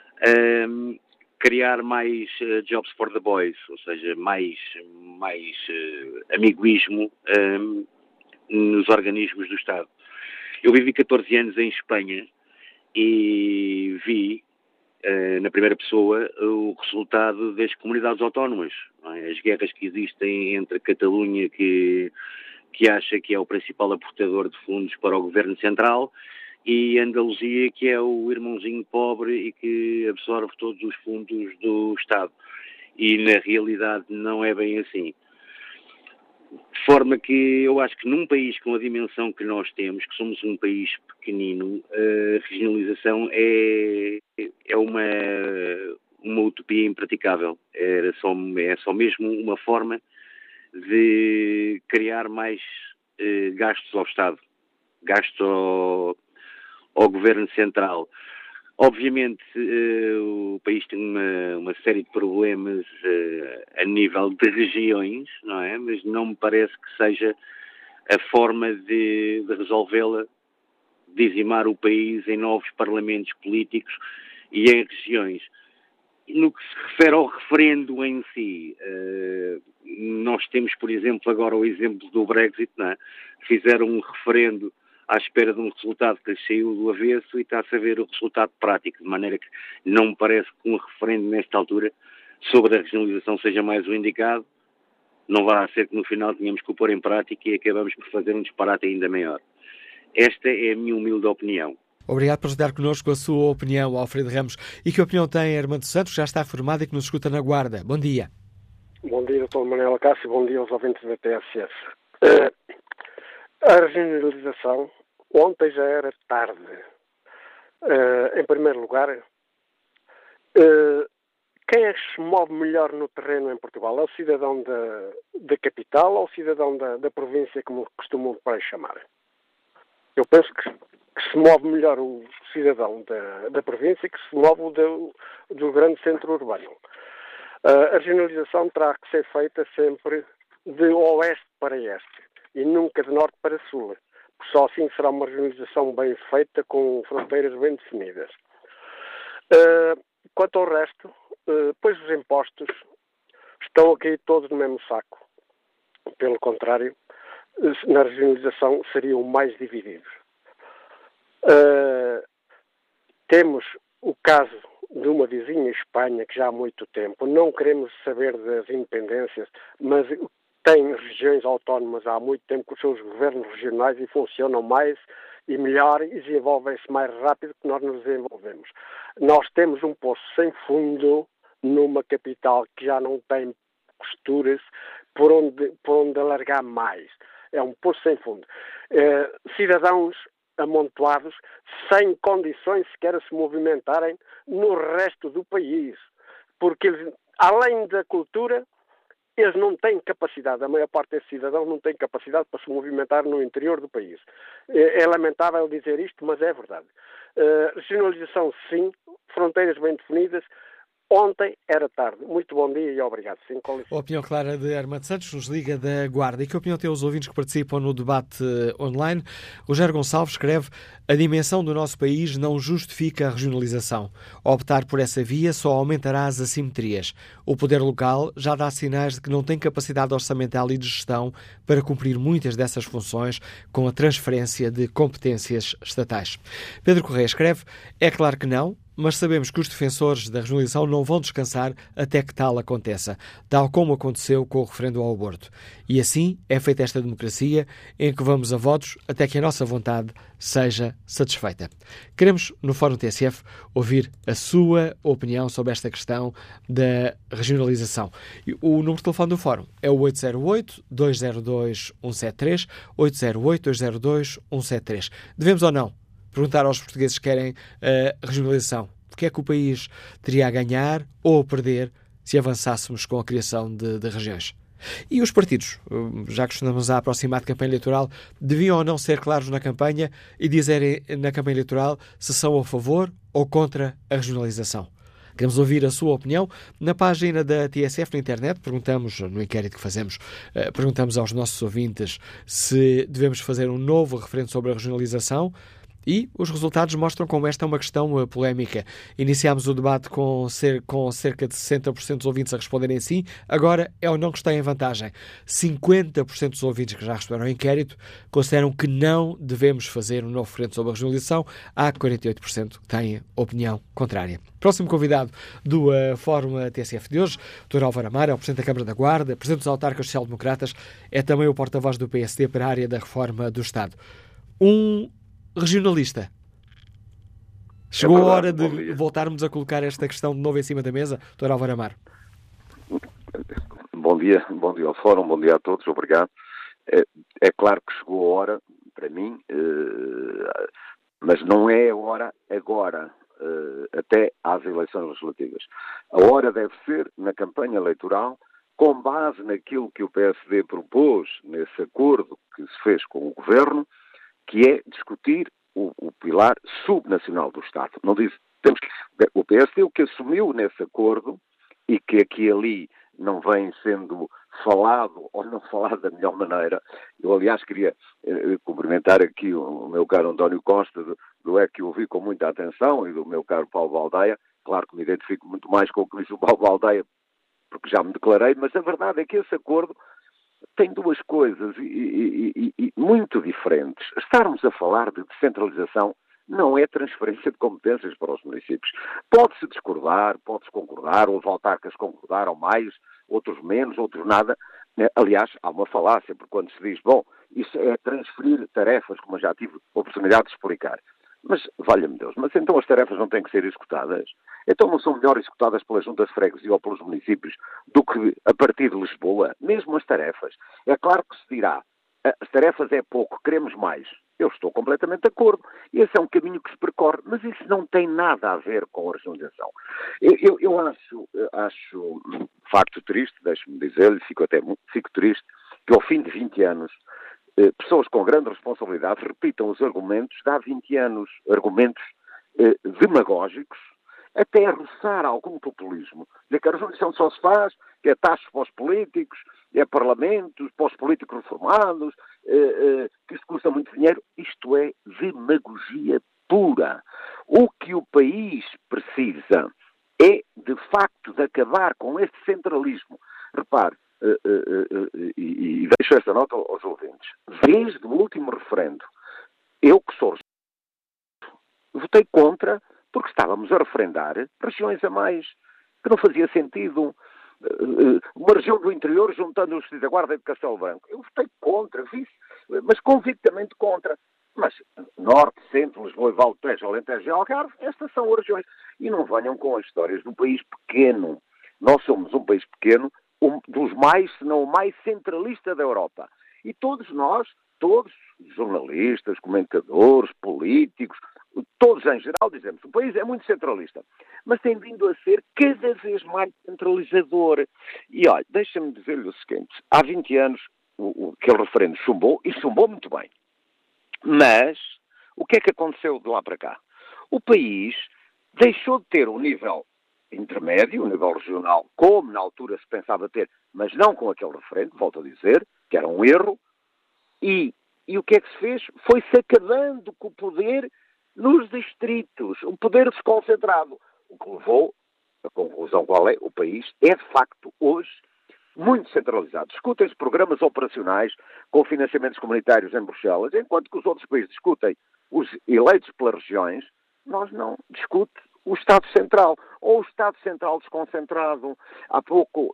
criar mais jobs for the boys, ou seja, mais amiguismo nos organismos do Estado. Eu vivi 14 anos em Espanha e vi, na primeira pessoa, o resultado das comunidades autónomas. Não é? As guerras que existem entre a Catalunha, que acha que é o principal aportador de fundos para o governo central, e Andaluzia, que é o irmãozinho pobre e que absorve todos os fundos do Estado. E na realidade não é bem assim. De forma que eu acho que num país com a dimensão que nós temos, que somos um país pequenino, a regionalização é uma utopia impraticável. É só mesmo uma forma de criar mais gastos ao Estado, gastos ao Governo Central. Obviamente o país tem uma série de problemas a nível de regiões, não é? Mas não me parece que seja a forma de resolvê-la, dizimar o país em novos parlamentos políticos e em regiões. No que se refere ao referendo em si, nós temos, por exemplo, agora o exemplo do Brexit, não é? Fizeram um referendo à espera de um resultado que lhes saiu do avesso e está-se a ver o resultado prático, de maneira que não me parece que um referendo nesta altura sobre a regionalização seja mais o indicado. Não vai ser que no final tenhamos que o pôr em prática e acabamos por fazer um disparate ainda maior. Esta é a minha humilde opinião. Obrigado por estar connosco a sua opinião, Alfredo Ramos. E que opinião tem Armando Santos, que já está formado e que nos escuta na Guarda? Bom dia. Bom dia, Dr. Manuel Cássio. Bom dia aos ouvintes da TSF. A regionalização, ontem já era tarde. Em primeiro lugar, quem é que se move melhor no terreno em Portugal? É o cidadão da capital ou o cidadão da província, como costumam para chamar? Eu penso que se move melhor o cidadão da província que se move do grande centro urbano. A regionalização terá que ser feita sempre de oeste para este e nunca de norte para sul. Só assim será uma regionalização bem feita, com fronteiras bem definidas. Quanto ao resto, pois os impostos estão a cair todos no mesmo saco. Pelo contrário, na regionalização seriam mais divididos. Temos o caso de uma vizinha Espanha que já há muito tempo, não queremos saber das independências, mas tem regiões autónomas há muito tempo com os seus governos regionais e funcionam mais e melhor e desenvolvem-se mais rápido que nós nos desenvolvemos. Nós temos um poço sem fundo numa capital que já não tem costuras por onde alargar mais. É um poço sem fundo. Cidadãos amontoados sem condições sequer a se movimentarem no resto do país. Porque eles, além da cultura, eles não têm capacidade, a maior parte desses cidadãos não têm capacidade para se movimentar no interior do país. É lamentável dizer isto, mas é verdade. Regionalização, sim, fronteiras bem definidas. Ontem era tarde. Muito bom dia e obrigado. Sim, a opinião clara de Armando Santos, nos liga da Guarda. E que opinião têm os ouvintes que participam no debate online? O Jair Gonçalves escreve: a dimensão do nosso país não justifica a regionalização. Optar por essa via só aumentará as assimetrias. O poder local já dá sinais de que não tem capacidade orçamental e de gestão para cumprir muitas dessas funções com a transferência de competências estatais. Pedro Correia escreve: é claro que não, mas sabemos que os defensores da regionalização não vão descansar até que tal aconteça, tal como aconteceu com o referendo ao aborto. E assim é feita esta democracia em que vamos a votos até que a nossa vontade seja satisfeita. Queremos, no Fórum TSF, ouvir a sua opinião sobre esta questão da regionalização. O número de telefone do Fórum é o 808-202-173, 808-202-173. Devemos ou não perguntar aos portugueses que querem a regionalização? O que é que o país teria a ganhar ou a perder se avançássemos com a criação de regiões? E os partidos, já que estamos a aproximar de campanha eleitoral, deviam ou não ser claros na campanha e dizerem na campanha eleitoral se são a favor ou contra a regionalização? Queremos ouvir a sua opinião. Na página da TSF na internet, perguntamos, no inquérito que fazemos, perguntamos aos nossos ouvintes se devemos fazer um novo referendo sobre a regionalização. E os resultados mostram como esta é uma questão polémica. Iniciámos o debate com cerca de 60% dos ouvintes a responderem sim. Agora é o não que está em vantagem. 50% dos ouvintes que já responderam ao inquérito consideram que não devemos fazer um novo referendo sobre a regionalização. Há 48% que têm opinião contrária. Próximo convidado do Fórum TSF de hoje, Dr. Álvaro Amaro, é o Presidente da Câmara da Guarda, Presidente dos Autarcas Social-Democratas, é também o porta-voz do PSD para a área da reforma do Estado. Regionalista. Chegou a hora de voltarmos a colocar esta questão de novo em cima da mesa, Dr. Álvaro Amaro. Bom dia ao Fórum, bom dia a todos, obrigado. É claro que chegou a hora, para mim, mas não é a hora agora, até às eleições legislativas. A hora deve ser na campanha eleitoral, com base naquilo que o PSD propôs nesse acordo que se fez com o Governo, que é discutir o pilar subnacional do Estado. Não temos o PSD o que assumiu nesse acordo e que aqui e ali não vem sendo falado ou não falado da melhor maneira. Eu, aliás, queria cumprimentar aqui o meu caro António Costa, do que ouvi com muita atenção, e do meu caro Paulo Baldaia. Claro que me identifico muito mais com o que disse o Paulo Baldaia, porque já me declarei, mas a verdade é que esse acordo tem duas coisas e muito diferentes. Estarmos a falar de descentralização não é transferência de competências para os municípios. Pode-se discordar, pode-se concordar, ou autarcas concordaram mais, outros menos, outros nada. Aliás, há uma falácia, porque quando se diz, bom, isso é transferir tarefas, como eu já tive a oportunidade de explicar. Mas, valha-me Deus, mas então as tarefas não têm que ser executadas? Então não são melhor executadas pelas juntas de freguesia ou pelos municípios do que a partir de Lisboa? Mesmo as tarefas. É claro que se dirá, as tarefas é pouco, queremos mais. Eu estou completamente de acordo. Esse é um caminho que se percorre, mas isso não tem nada a ver com a regionalização. Eu acho facto triste, deixe-me dizer-lhe, fico triste, que ao fim de 20 anos pessoas com grande responsabilidade repitam os argumentos de há 20 anos, argumentos demagógicos, até a roçar algum populismo. Dizer que a regionalização só se faz, que é taxas para os políticos, é parlamentos, para os políticos reformados, que isto custa muito dinheiro. Isto é demagogia pura. O que o país precisa precisa é, de facto, de acabar com este centralismo. Repare, e deixo esta nota aos ouvintes. Desde o último referendo, eu que sou votei contra, porque estávamos a referendar regiões a mais, que não fazia sentido. Uma região do interior juntando o Distrito da Guarda e de Castelo Branco. Eu votei contra, mas convictamente contra. Mas Norte, Centro, Lisboa, Vale do Tejo, Alentejo e Algarve, estas são as regiões. E não venham com as histórias do país pequeno. Nós somos um país pequeno, um dos mais, se não o mais centralista da Europa. E todos nós, todos, jornalistas, comentadores, políticos, todos em geral dizemos que o país é muito centralista. Mas tem vindo a ser cada vez mais centralizador. E olha, deixa-me dizer-lhe o seguinte. Há 20 anos aquele referendo chumbou, e chumbou muito bem. Mas o que é que aconteceu de lá para cá? O país deixou de ter um nível intermédio, um nível regional, como na altura se pensava ter, mas não com aquele referendo, volto a dizer, que era um erro, e o que é que se fez? Foi-se acabando com o poder nos distritos, o poder desconcentrado, o que levou, a conclusão qual é? O país é de facto hoje muito centralizado. Discutem-se programas operacionais com financiamentos comunitários em Bruxelas, enquanto que os outros países discutem os eleitos pelas regiões, nós não discute o Estado Central, ou o Estado Central desconcentrado. Há pouco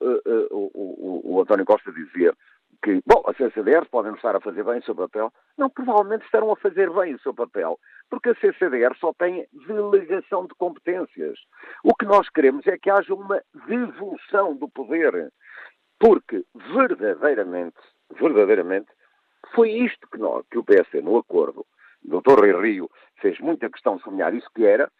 o António Costa dizia que, bom, as CCDRs podem não estar a fazer bem o seu papel. Não, provavelmente estarão a fazer bem o seu papel, porque a CCDR só tem delegação de competências. O que nós queremos é que haja uma devolução do poder, porque verdadeiramente, foi isto que o PSD, no acordo, o Dr. Rui Rio fez muita questão de sublinhar isso, que era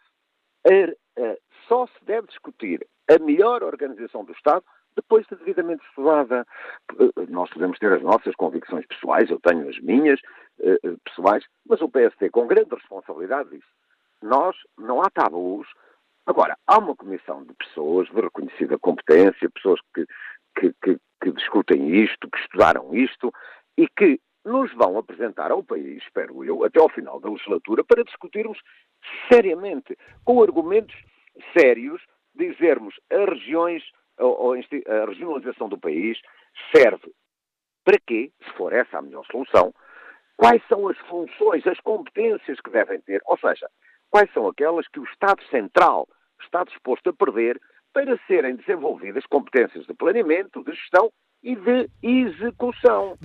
só se deve discutir a melhor organização do Estado depois de devidamente estudada. Nós podemos ter as nossas convicções pessoais, eu tenho as minhas pessoais, mas o PSD, com grande responsabilidade, disse: nós, não há tabus. Agora, há uma comissão de pessoas de reconhecida competência, pessoas que discutem isto, que estudaram isto e que nos vão apresentar ao país, espero eu, até ao final da legislatura, para discutirmos seriamente, com argumentos sérios, dizermos as regiões, a regionalização do país serve para quê, se for essa a melhor solução, quais são as funções, as competências que devem ter, ou seja, quais são aquelas que o Estado Central está disposto a perder para serem desenvolvidas competências de planeamento, de gestão e de execução.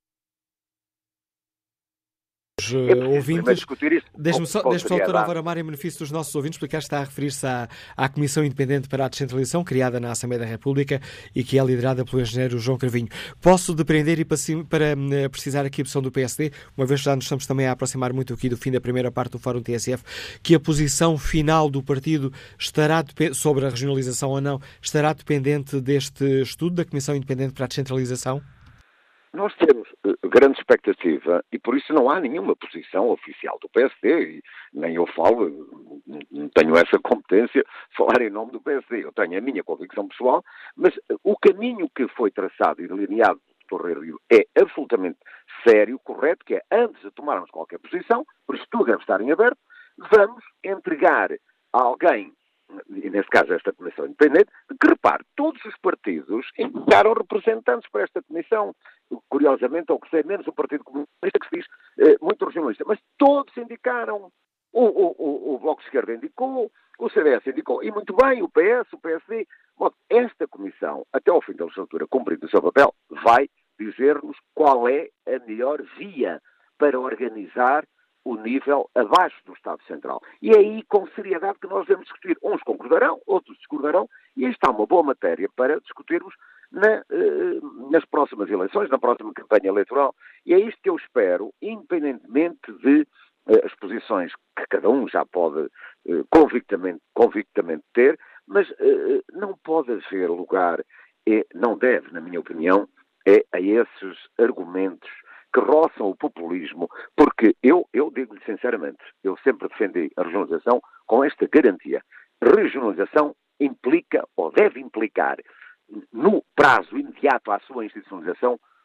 Ouvintes, deixe-me só, Dr. Álvaro Amaro, em benefício dos nossos ouvintes, porque cá está a referir-se à Comissão Independente para a Descentralização, criada na Assembleia da República e que é liderada pelo engenheiro João Cravinho. Posso depreender e para precisar aqui a posição do PSD, uma vez que já nos estamos também a aproximar muito aqui do fim da primeira parte do Fórum TSF, que a posição final do partido estará sobre a regionalização ou não, estará dependente deste estudo da Comissão Independente para a Descentralização? Nós temos grande expectativa e por isso não há nenhuma posição oficial do PSD, e nem eu falo, não tenho essa competência de falar em nome do PSD. Eu tenho a minha convicção pessoal, mas o caminho que foi traçado e delineado pelo Rui Rio é absolutamente sério, correto, que é, antes de tomarmos qualquer posição, por isso tudo deve estar em aberto, vamos entregar a alguém, e nesse caso esta Comissão Independente, que, repare, todos os partidos indicaram representantes para esta Comissão. Curiosamente, ao que sei, menos o Partido Comunista, que se diz muito regionalista, mas todos indicaram. O Bloco de Esquerda indicou, o CDS indicou, e muito bem, o PS, o PSD. Bom, esta Comissão, até ao fim da legislatura, cumprindo o seu papel, vai dizer-nos qual é a melhor via para organizar o nível abaixo do Estado Central. E é aí, com seriedade, que nós devemos discutir. Uns concordarão, outros discordarão, e aí está uma boa matéria para discutirmos nas próximas eleições, na próxima campanha eleitoral. E é isto que eu espero, independentemente de as posições que cada um já pode convictamente ter, mas não pode haver lugar, não deve, na minha opinião, a esses argumentos que roçam o populismo, porque eu digo-lhe sinceramente, eu sempre defendi a regionalização com esta garantia. Regionalização implica, ou deve implicar, no prazo imediato à sua institucionalização,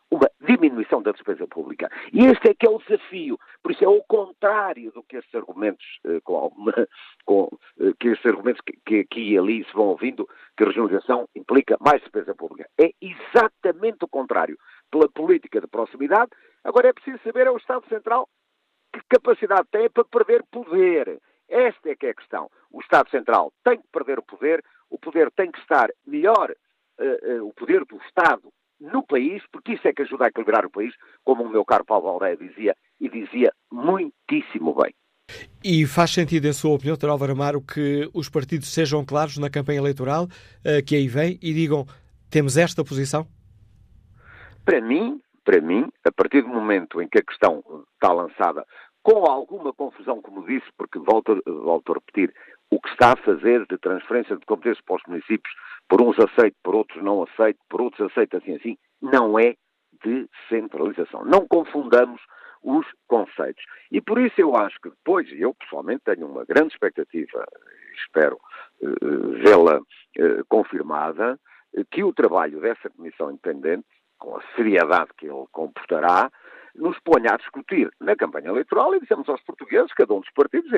uma diminuição da despesa pública. E este é que é o desafio. Por isso é o contrário do que estes argumentos, que aqui e ali se vão ouvindo, que a regionalização implica mais despesa pública. É exatamente o contrário. Pela política de proximidade, agora é preciso saber ao Estado Central que capacidade tem para perder poder. Esta é que é a questão. O Estado Central tem que perder o poder tem que estar melhor, o poder do Estado no país, porque isso é que ajuda a equilibrar o país, como o meu caro Paulo Aldeia dizia, e dizia muitíssimo bem. E faz sentido, em sua opinião, Dr. Álvaro Amaro, que os partidos sejam claros na campanha eleitoral que aí vem e digam, temos esta posição? Para mim, a partir do momento em que a questão está lançada com alguma confusão, como disse, porque volto a repetir, o que está a fazer de transferência de competências para os municípios, por uns aceito, por outros não aceito, por outros aceito assim, não é descentralização. Não confundamos os conceitos. E por isso eu acho que depois, eu pessoalmente tenho uma grande expectativa, espero vê-la confirmada, que o trabalho dessa Comissão Independente, com a seriedade que ele comportará, nos ponha a discutir na campanha eleitoral e dizemos aos portugueses, cada um dos partidos,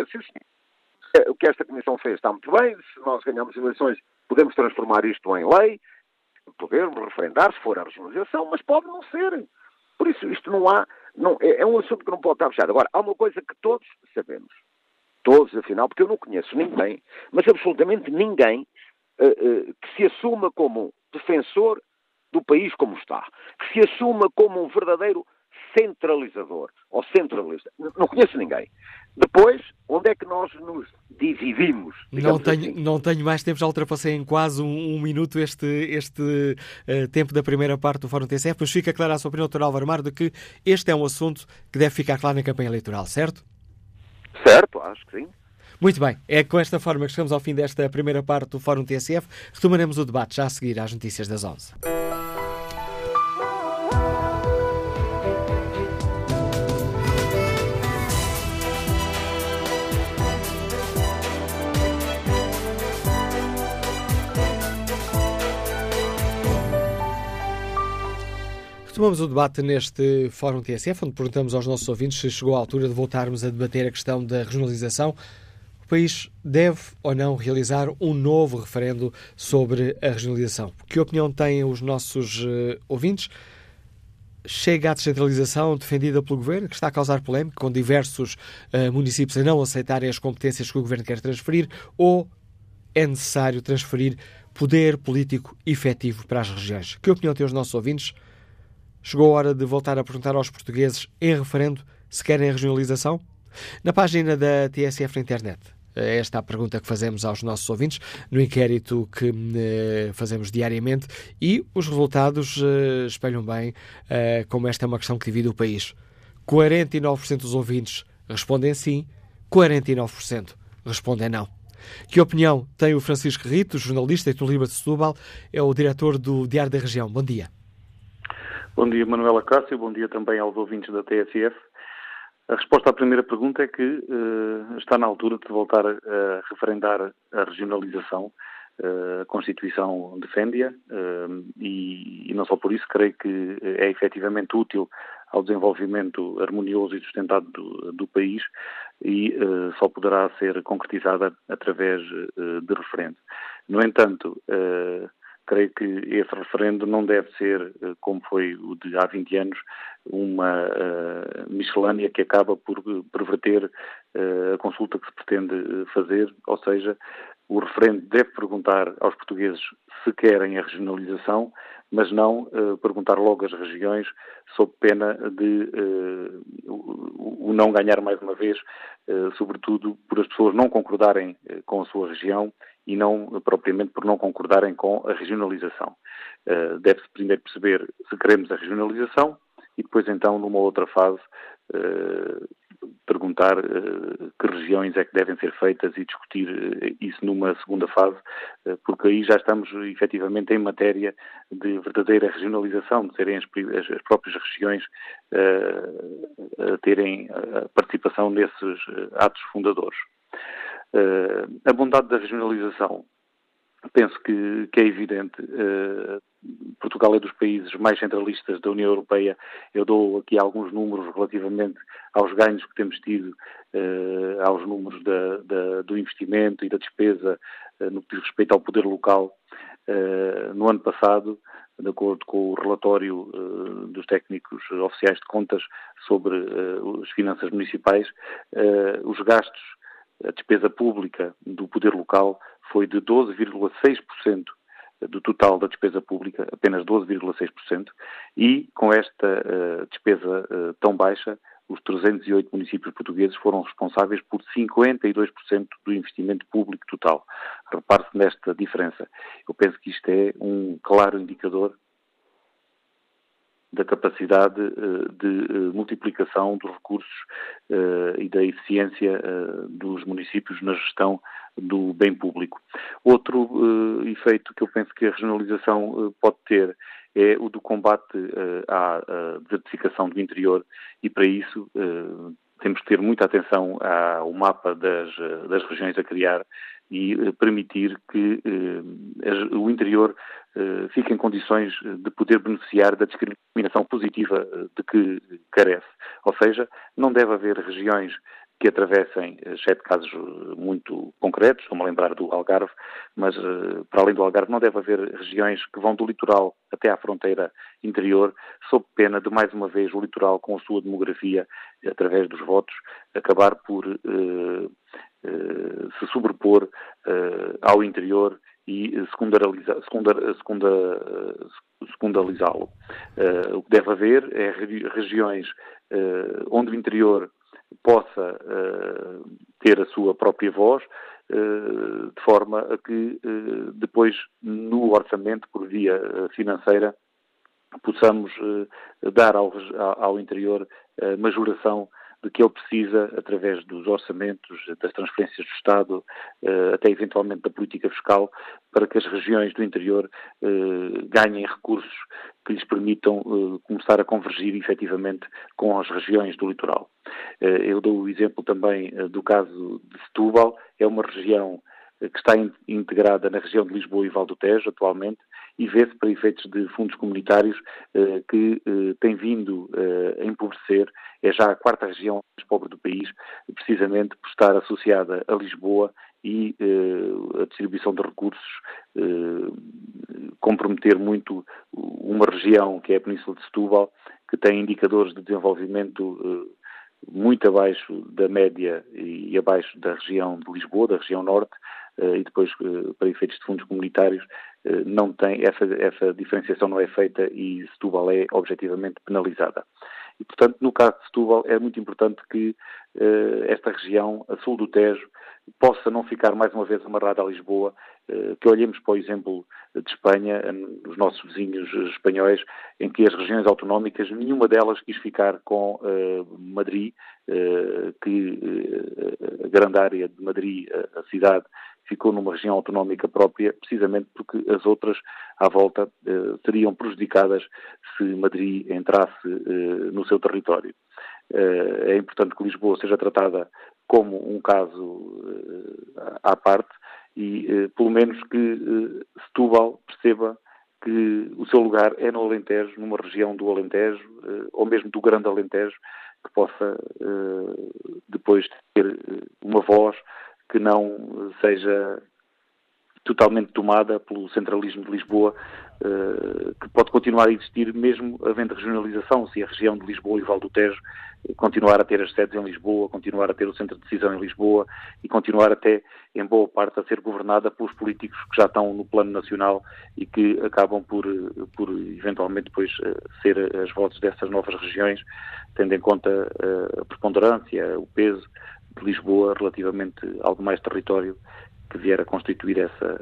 o que esta Comissão fez está muito bem, se nós ganhamos eleições podemos transformar isto em lei, podemos referendar se for a regionalização, mas pode não ser. Por isso, isto é um assunto que não pode estar fechado. Agora, há uma coisa que todos sabemos, todos afinal, porque eu não conheço ninguém, mas absolutamente ninguém, que se assuma como defensor do país como está, que se assuma como um verdadeiro centralizador ou centralista. Não conheço ninguém. Depois, onde é que nós nos dividimos? Não tenho mais tempo, já ultrapassei em quase um minuto este tempo da primeira parte do Fórum TSF, mas fica clara a sua opinião, Dr. Álvaro Amaro, de que este é um assunto que deve ficar claro na campanha eleitoral, certo? Certo, acho que sim. Muito bem, é com esta forma que chegamos ao fim desta primeira parte do Fórum TSF. Retomaremos o debate já a seguir às notícias das 11. Retomamos o debate neste Fórum TSF, onde perguntamos aos nossos ouvintes se chegou a altura de voltarmos a debater a questão da regionalização. O país deve ou não realizar um novo referendo sobre a regionalização? Que opinião têm os nossos ouvintes? Chega à descentralização defendida pelo Governo, que está a causar polémica, com diversos municípios a não aceitarem as competências que o Governo quer transferir, ou é necessário transferir poder político efetivo para as regiões? Que opinião têm os nossos ouvintes? Chegou a hora de voltar a perguntar aos portugueses em referendo se querem a regionalização? Na página da TSF na internet, esta é a pergunta que fazemos aos nossos ouvintes no inquérito que fazemos diariamente e os resultados espelham bem como esta é uma questão que divide o país. 49% dos ouvintes respondem sim, 49% respondem não. Que opinião tem o Francisco Rito, jornalista e Tulíbara de Setúbal, é o diretor do Diário da Região. Bom dia. Bom dia, Manuela Cássio. Bom dia também aos ouvintes da TSF. A resposta à primeira pergunta é que está na altura de voltar a referendar a regionalização. A Constituição defende-a e não só por isso, creio que é efetivamente útil ao desenvolvimento harmonioso e sustentado do país e só poderá ser concretizada através de referendo. No entanto, creio que esse referendo não deve ser, como foi o de há 20 anos, uma miscelânea que acaba por perverter a consulta que se pretende fazer, ou seja, o referendo deve perguntar aos portugueses se querem a regionalização, mas não perguntar logo às regiões sob pena de o não ganhar mais uma vez, sobretudo por as pessoas não concordarem com a sua região e não propriamente por não concordarem com a regionalização. Deve-se primeiro perceber se queremos a regionalização e depois então numa outra fase perguntar que regiões é que devem ser feitas e discutir isso numa segunda fase, porque aí já estamos efetivamente em matéria de verdadeira regionalização, de serem as próprias regiões a terem a participação nesses atos fundadores. A bondade da regionalização penso que é evidente. Portugal é dos países mais centralistas da União Europeia. Eu dou aqui alguns números relativamente aos ganhos que temos tido, aos números do investimento e da despesa no que diz respeito ao poder local. No ano passado, de acordo com o relatório dos técnicos oficiais de contas sobre as finanças municipais, os gastos, a despesa pública do poder local foi de 12,6% do total da despesa pública, apenas 12,6%, e com esta despesa tão baixa, os 308 municípios portugueses foram responsáveis por 52% do investimento público total. Repare-se nesta diferença. Eu penso que isto é um claro indicador da capacidade de multiplicação dos recursos e da eficiência dos municípios na gestão do bem público. Outro efeito que eu penso que a regionalização pode ter é o do combate à desertificação do interior, e para isso temos que ter muita atenção ao mapa das regiões a criar e permitir que o interior fique em condições de poder beneficiar da discriminação positiva de que carece. Ou seja, não deve haver regiões que atravessem, exceto casos muito concretos, estou-me a lembrar do Algarve, mas para além do Algarve não deve haver regiões que vão do litoral até à fronteira interior, sob pena de, mais uma vez, o litoral, com a sua demografia, através dos votos, acabar por se sobrepor ao interior e secundalizá-lo. O que deve haver é regiões onde o interior possa ter a sua própria voz, de forma a que depois, no orçamento, por via financeira, possamos dar ao interior a majoração de que ele precisa, através dos orçamentos, das transferências do Estado, até eventualmente da política fiscal, para que as regiões do interior ganhem recursos que lhes permitam começar a convergir efetivamente com as regiões do litoral. Eu dou o exemplo também do caso de Setúbal. É uma região que está integrada na região de Lisboa e Val do Tejo atualmente, e vê-se, para efeitos de fundos comunitários, que tem vindo a empobrecer. É já a quarta região mais pobre do país, precisamente por estar associada a Lisboa, e a distribuição de recursos comprometer muito uma região que é a Península de Setúbal, que tem indicadores de desenvolvimento muito abaixo da média e abaixo da região de Lisboa, da região norte, e depois, para efeitos de fundos comunitários, não tem, essa diferenciação não é feita, e Setúbal é objetivamente penalizada. E, portanto, no caso de Setúbal, é muito importante que esta região, a sul do Tejo, possa não ficar mais uma vez amarrada a Lisboa, que olhemos para o exemplo de Espanha, os nossos vizinhos espanhóis, em que as regiões autonómicas, nenhuma delas quis ficar com Madrid, que a grande área de Madrid, a cidade, ficou numa região autonómica própria, precisamente porque as outras à volta seriam prejudicadas se Madrid entrasse no seu território. É importante que Lisboa seja tratada como um caso à parte, e pelo menos que Setúbal perceba que o seu lugar é no Alentejo, numa região do Alentejo, ou mesmo do Grande Alentejo, que possa depois ter uma voz que não seja totalmente tomada pelo centralismo de Lisboa, que pode continuar a existir mesmo havendo regionalização, se a região de Lisboa e Val do Tejo continuar a ter as sedes em Lisboa, continuar a ter o centro de decisão em Lisboa e continuar até, em boa parte, a ser governada pelos políticos que já estão no plano nacional e que acabam por eventualmente depois ser as vozes dessas novas regiões, tendo em conta a preponderância, o peso de Lisboa relativamente ao demais território que vier a constituir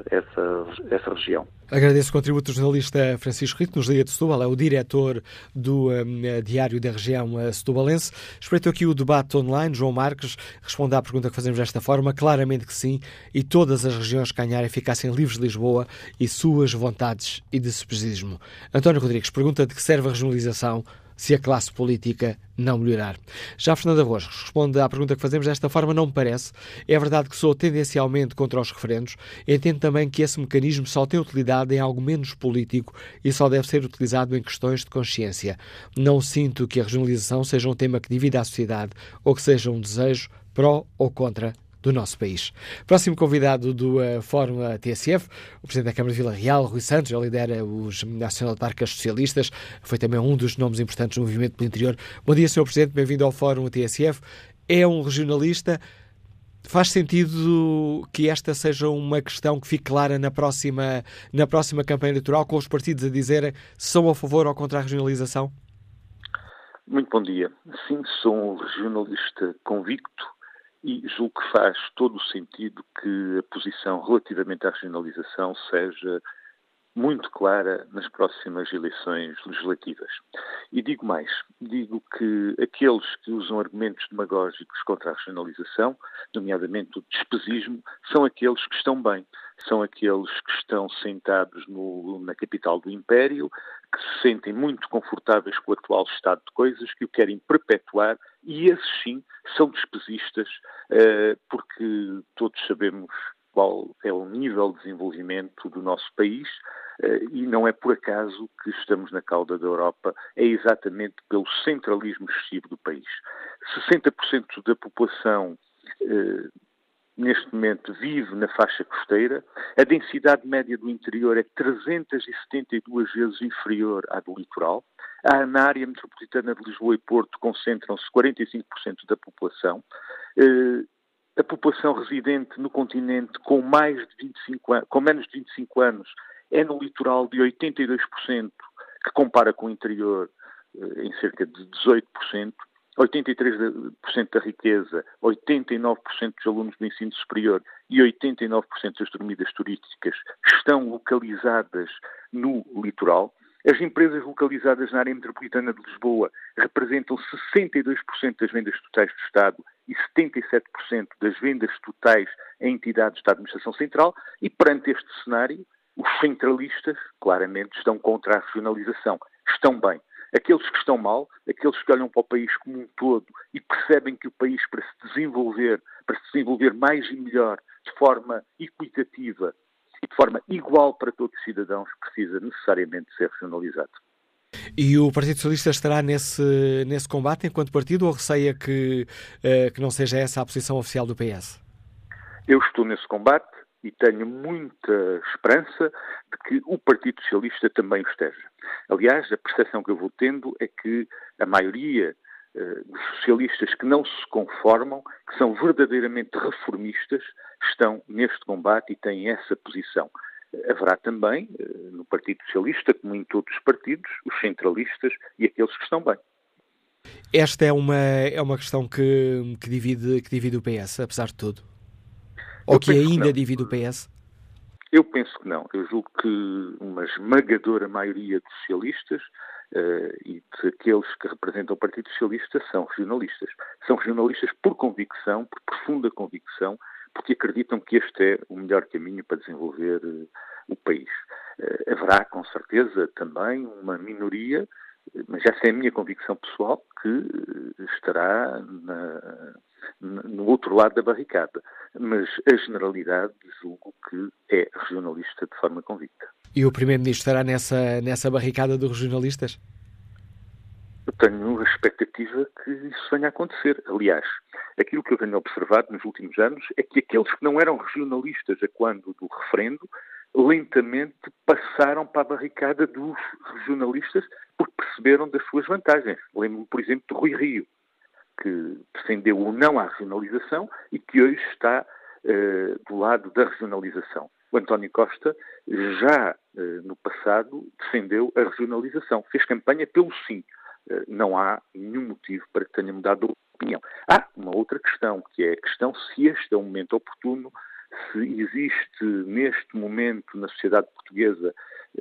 essa região. Agradeço o contributo do jornalista Francisco Rito, nos Liga de Setúbal, é o diretor do Diário da Região Setubalense. Espreito aqui o debate online. João Marques responde à pergunta que fazemos desta forma: claramente que sim, e todas as regiões que ganharem ficassem livres de Lisboa e suas vontades e de subsidismo. António Rodrigues pergunta de que serve a regionalização se a classe política não melhorar. Já Fernando Arroz responde à pergunta que fazemos desta forma: não me parece. É verdade que sou tendencialmente contra os referendos. Entendo também que esse mecanismo só tem utilidade em algo menos político e só deve ser utilizado em questões de consciência. Não sinto que a regionalização seja um tema que divida a sociedade ou que seja um desejo pró ou contra do nosso país. Próximo convidado do Fórum TSF, o Presidente da Câmara de Vila Real, Rui Santos, ele lidera os Nacional de Parques Socialistas, foi também um dos nomes importantes do movimento pelo interior. Bom dia, Sr. Presidente, bem-vindo ao Fórum TSF. É um regionalista. Faz sentido que esta seja uma questão que fique clara na próxima campanha eleitoral, com os partidos a dizerem se são a favor ou contra a regionalização? Muito bom dia. Sim, sou um regionalista convicto e julgo que faz todo o sentido que a posição relativamente à regionalização seja muito clara nas próximas eleições legislativas. E digo mais, digo que aqueles que usam argumentos demagógicos contra a regionalização, nomeadamente o despesismo, são aqueles que estão bem, são aqueles que estão sentados na capital do Império, que se sentem muito confortáveis com o atual estado de coisas, que o querem perpetuar, e esses sim são despesistas, porque todos sabemos qual é o nível de desenvolvimento do nosso país, e não é por acaso que estamos na cauda da Europa, é exatamente pelo centralismo excessivo do país. 60% da população neste momento vive na faixa costeira, a densidade média do interior é 372 vezes inferior à do litoral, na área metropolitana de Lisboa e Porto concentram-se 45% da população, a população residente no continente com menos de 25 anos é no litoral de 82%, que compara com o interior em cerca de 18%, 83% da riqueza, 89% dos alunos do ensino superior e 89% das dormidas turísticas estão localizadas no litoral. As empresas localizadas na área metropolitana de Lisboa representam 62% das vendas totais do Estado e 77% das vendas totais em entidades da administração central, e perante este cenário, os centralistas claramente estão contra a regionalização. Estão bem. Aqueles que estão mal, aqueles que olham para o país como um todo e percebem que o país, para se desenvolver mais e melhor, de forma equitativa e de forma igual para todos os cidadãos, precisa necessariamente ser regionalizado. E o Partido Socialista estará nesse combate enquanto partido, ou receia que não seja essa a posição oficial do PS? Eu estou nesse combate e tenho muita esperança de que o Partido Socialista também o esteja. Aliás, a percepção que eu vou tendo é que a maioria dos socialistas que não se conformam, que são verdadeiramente reformistas, estão neste combate e têm essa posição. Haverá também, no Partido Socialista, como em todos os partidos, os centralistas e aqueles que estão bem. Esta é uma questão que divide o PS, apesar de tudo? Ou que ainda divide o PS? Eu penso que não. Eu julgo que uma esmagadora maioria de socialistas e de aqueles que representam o Partido Socialista são regionalistas. São regionalistas por convicção, por profunda convicção, porque acreditam que este é o melhor caminho para desenvolver o país. Haverá, com certeza, também uma minoria, mas essa é a minha convicção pessoal, que estará no outro lado da barricada. Mas a generalidade julgo que é regionalista de forma convicta. E o Primeiro-Ministro estará nessa barricada dos regionalistas? Eu tenho a expectativa que isso venha a acontecer. Aliás, aquilo que eu tenho observado nos últimos anos é que aqueles que não eram regionalistas a quando do referendo, lentamente passaram para a barricada dos regionalistas porque perceberam das suas vantagens. Lembro-me, por exemplo, de Rui Rio, que defendeu o não à regionalização e que hoje está do lado da regionalização. O António Costa já no passado defendeu a regionalização, fez campanha pelo sim. Não há nenhum motivo para que tenha mudado de opinião. Há uma outra questão, que é a questão se este é um momento oportuno, se existe neste momento na sociedade portuguesa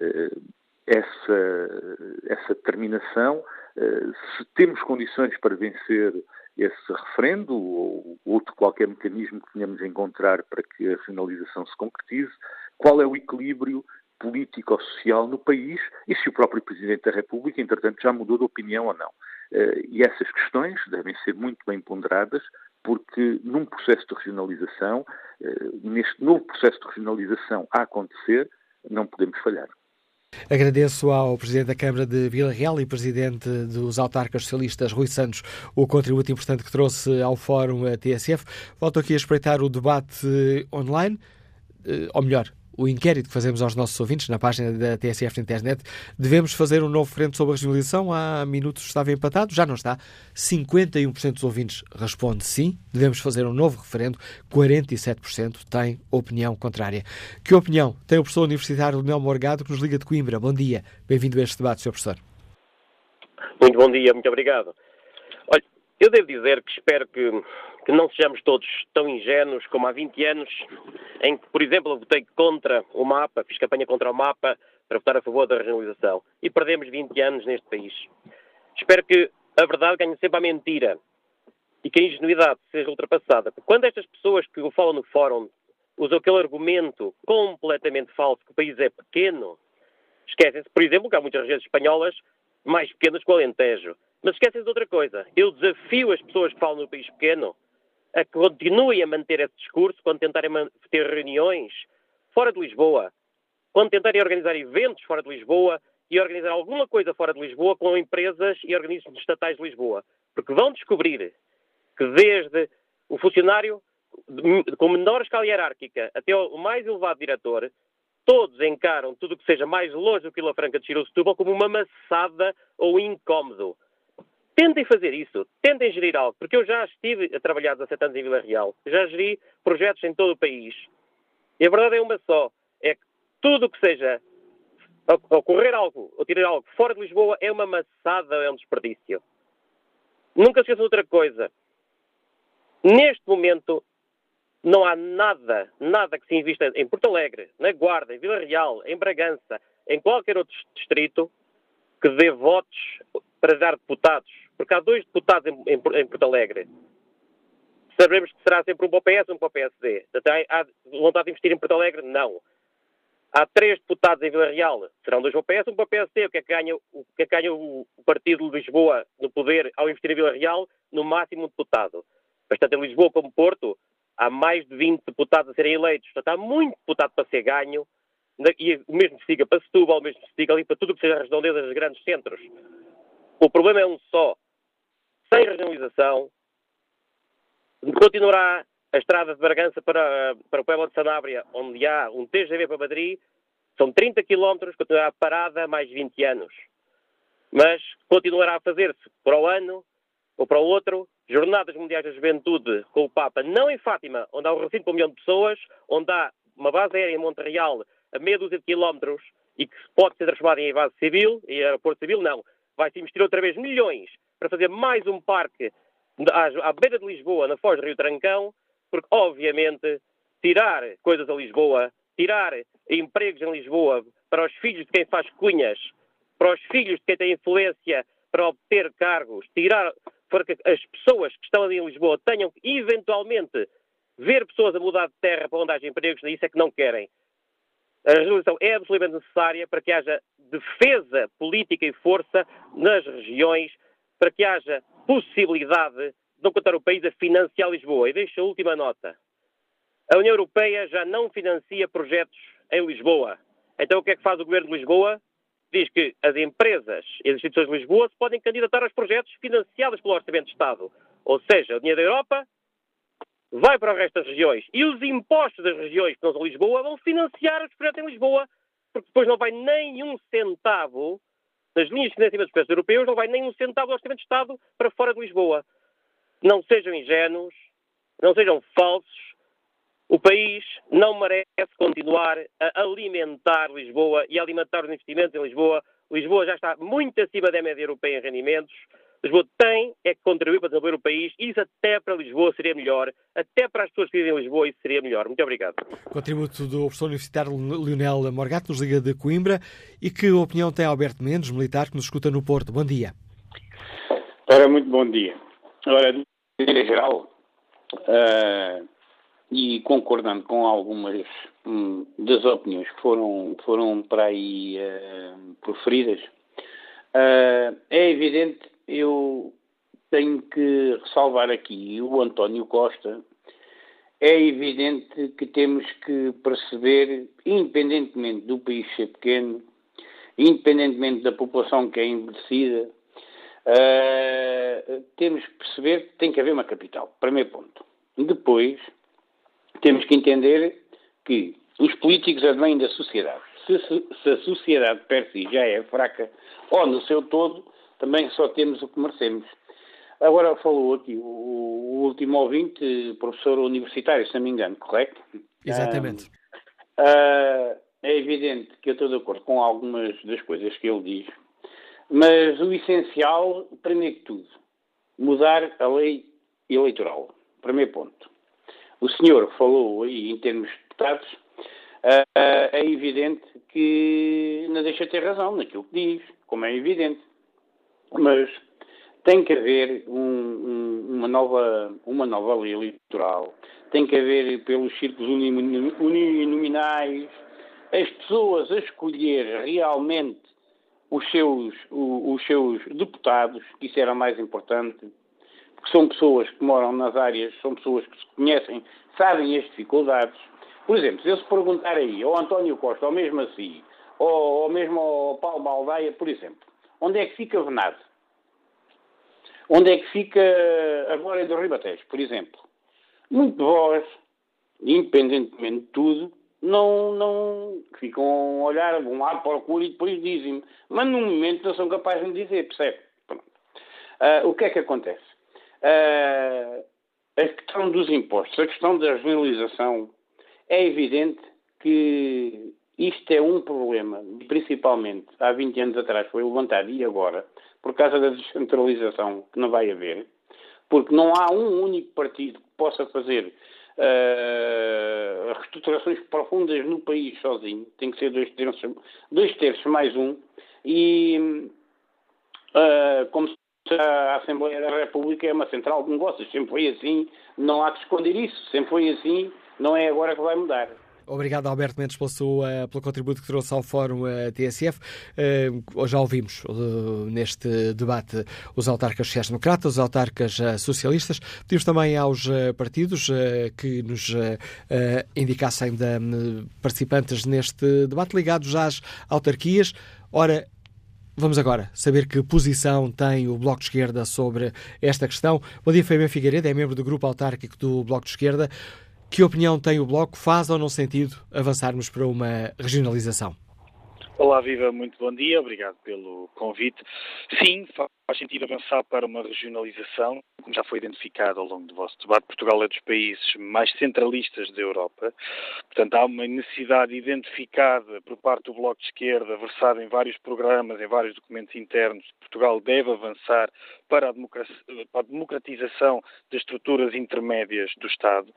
essa determinação, se temos condições para vencer esse referendo ou outro qualquer mecanismo que venhamos a encontrar para que a regionalização se concretize, qual é o equilíbrio política ou social no país e se o próprio Presidente da República, entretanto, já mudou de opinião ou não. E essas questões devem ser muito bem ponderadas, porque num processo de regionalização, neste novo processo de regionalização a acontecer, não podemos falhar. Agradeço ao Presidente da Câmara de Vila Real e Presidente dos Autarcas Socialistas, Rui Santos, o contributo importante que trouxe ao Fórum TSF. Volto aqui a espreitar o debate online, ou melhor, o inquérito que fazemos aos nossos ouvintes na página da TSF na internet. Devemos fazer um novo referendo sobre a regionalização? Há minutos estava empatado, já não está. 51% dos ouvintes responde sim, devemos fazer um novo referendo. 47% têm opinião contrária. Que opinião tem o professor universitário Leonel Morgado, que nos liga de Coimbra? Bom dia, bem-vindo a este debate, Sr. Professor. Muito bom dia, muito obrigado. Olha, eu devo dizer que espero que não sejamos todos tão ingênuos como há 20 anos, em que, por exemplo, eu votei contra o mapa, fiz campanha contra o mapa para votar a favor da regionalização. E perdemos 20 anos neste país. Espero que a verdade ganhe sempre a mentira e que a ingenuidade seja ultrapassada. Porque quando estas pessoas que o falam no fórum usam aquele argumento completamente falso que o país é pequeno, esquecem-se, por exemplo, que há muitas regiões espanholas mais pequenas que o Alentejo. Mas esquecem-se de outra coisa. Eu desafio as pessoas que falam no país pequeno a que continuem a manter esse discurso quando tentarem ter reuniões fora de Lisboa, quando tentarem organizar eventos fora de Lisboa e organizar alguma coisa fora de Lisboa com empresas e organismos estatais de Lisboa. Porque vão descobrir que desde o funcionário com menor escala hierárquica até o mais elevado diretor, todos encaram tudo o que seja mais longe do que Vila Franca de Xira ou Setúbal como uma maçada ou incómodo. Tentem fazer isso, tentem gerir algo, porque eu já estive a trabalhar 17 anos em Vila Real, já geri projetos em todo o país. E a verdade é uma só, é que tudo o que seja ocorrer algo ou tirar algo fora de Lisboa é uma maçada, é um desperdício. Nunca se esqueçam de outra coisa. Neste momento não há nada que se invista em Porto Alegre, na Guarda, em Vila Real, em Bragança, em qualquer outro distrito que dê votos para dar deputados. Porque há 2 deputados em Porto Alegre. Saberemos que será sempre um para o PS e um para o PSD. Há vontade de investir em Porto Alegre? Não. Há 3 deputados em Vila Real. Serão 2 para o PS e um para o PSD. O que é que ganha o Partido de Lisboa no poder ao investir em Vila Real? No máximo um deputado. Mas tanto em Lisboa como Porto há mais de 20 deputados a serem eleitos. Portanto, há muito deputado para ser ganho. E o mesmo se diga para Setúbal, o mesmo se diga ali para tudo o que seja a redondeza dos grandes centros. O problema é um só. Sem regionalização, continuará a estrada de Bragança para o Pueblo de Sanabria, onde há um TGV para Madrid, são 30 km, continuará parada mais 20 anos. Mas continuará a fazer-se para o ano ou para o outro, Jornadas Mundiais da Juventude com o Papa, não em Fátima, onde há um recinto para 1 milhão de pessoas, onde há uma base aérea em Montreal a meia dúzia de quilómetros e que pode ser transformada em base civil, e aeroporto civil, não. Vai-se investir outra vez milhões para fazer mais um parque à beira de Lisboa, na Foz do Rio Trancão, porque, obviamente, tirar coisas a Lisboa, tirar empregos em Lisboa para os filhos de quem faz cunhas, para os filhos de quem tem influência para obter cargos, tirar para que as pessoas que estão ali em Lisboa tenham que, eventualmente, ver pessoas a mudar de terra para onde haja empregos, isso é que não querem. A regionalização é absolutamente necessária para que haja defesa política e força nas regiões, para que haja possibilidade de não contar o país a financiar Lisboa. E deixo a última nota. A União Europeia já não financia projetos em Lisboa. Então o que é que faz o Governo de Lisboa? Diz que as empresas e as instituições de Lisboa se podem candidatar aos projetos financiados pelo Orçamento de Estado. Ou seja, o dinheiro da Europa vai para o resto das regiões. E os impostos das regiões que não são Lisboa vão financiar os projetos em Lisboa, porque depois não vai nem um centavo, nas linhas de financiamento dos projetos europeus, não vai nem um centavo do Orçamento de Estado para fora de Lisboa. Não sejam ingênuos, não sejam falsos. O país não merece continuar a alimentar Lisboa e a alimentar os investimentos em Lisboa. Lisboa já está muito acima da média europeia em rendimentos. Lisboa tem que contribuir para desenvolver o país e isso até para Lisboa seria melhor, até para as pessoas que vivem em Lisboa isso seria melhor. Muito obrigado. Contributo do professor universitário Leonel Morgado, nos liga de Coimbra. E que opinião tem Alberto Mendes, militar, que nos escuta no Porto? Bom dia. Ora, muito bom dia. Ora, de maneira geral, e concordando com algumas das opiniões que foram para aí proferidas, é evidente, eu tenho que ressalvar aqui o António Costa. É evidente que temos que perceber, independentemente do país ser pequeno, independentemente da população que é envelhecida, temos que perceber que tem que haver uma capital, primeiro ponto. Depois, temos que entender que os políticos advêm da sociedade. Se a sociedade per si já é fraca, ou no seu todo, também só temos o que merecemos. Agora falou aqui o último ouvinte, professor universitário, se não me engano, correto? Exatamente. É evidente que eu estou de acordo com algumas das coisas que ele diz, mas o essencial, primeiro que tudo, mudar a lei eleitoral. Primeiro ponto. O senhor falou aí em termos de deputados, é evidente que não deixa de ter razão naquilo que diz, como é evidente. Mas tem que haver uma nova lei eleitoral, tem que haver pelos círculos uninominais, as pessoas a escolher realmente os seus deputados, que isso era mais importante, porque são pessoas que moram nas áreas, são pessoas que se conhecem, sabem as dificuldades. Por exemplo, se eu se perguntar aí ao António Costa, ou mesmo assim, ou mesmo ao Paulo Baldaia, por exemplo, onde é que fica Venado? Onde é que fica a Glória do Ribatejo, por exemplo? Muito de vós, independentemente de tudo, não ficam a olhar, vão lá, procuram e depois dizem-me. Mas num momento não são capazes de me dizer, percebe? O que é que acontece? A questão dos impostos, a questão da regionalização, é evidente que isto é um problema, principalmente há 20 anos atrás foi levantado e agora, por causa da descentralização que não vai haver, porque não há um único partido que possa fazer reestruturações profundas no país sozinho, tem que ser 2/3 mais um, e como a Assembleia da República é uma central de negócios, sempre foi assim, não há que esconder isso, sempre foi assim, não é agora que vai mudar. Obrigado, Alberto Mendes, pelo contributo que trouxe ao Fórum TSF. Já ouvimos neste debate os autarcas sociais-democratas, os autarcas socialistas. Pedimos também aos partidos que nos indicassem participantes neste debate ligados às autarquias. Ora, vamos agora saber que posição tem o Bloco de Esquerda sobre esta questão. Bom dia, Fabiano Figueiredo, é membro do Grupo Autárquico do Bloco de Esquerda. Que opinião tem o Bloco? Faz ou não sentido avançarmos para uma regionalização? Olá, Viva, muito bom dia, obrigado pelo convite. Sim, faz sentido avançar para uma regionalização, como já foi identificado ao longo do vosso debate. Portugal é dos países mais centralistas da Europa, portanto há uma necessidade identificada por parte do Bloco de Esquerda, versada em vários programas, em vários documentos internos. Portugal deve avançar para a democratização das estruturas intermédias do Estado,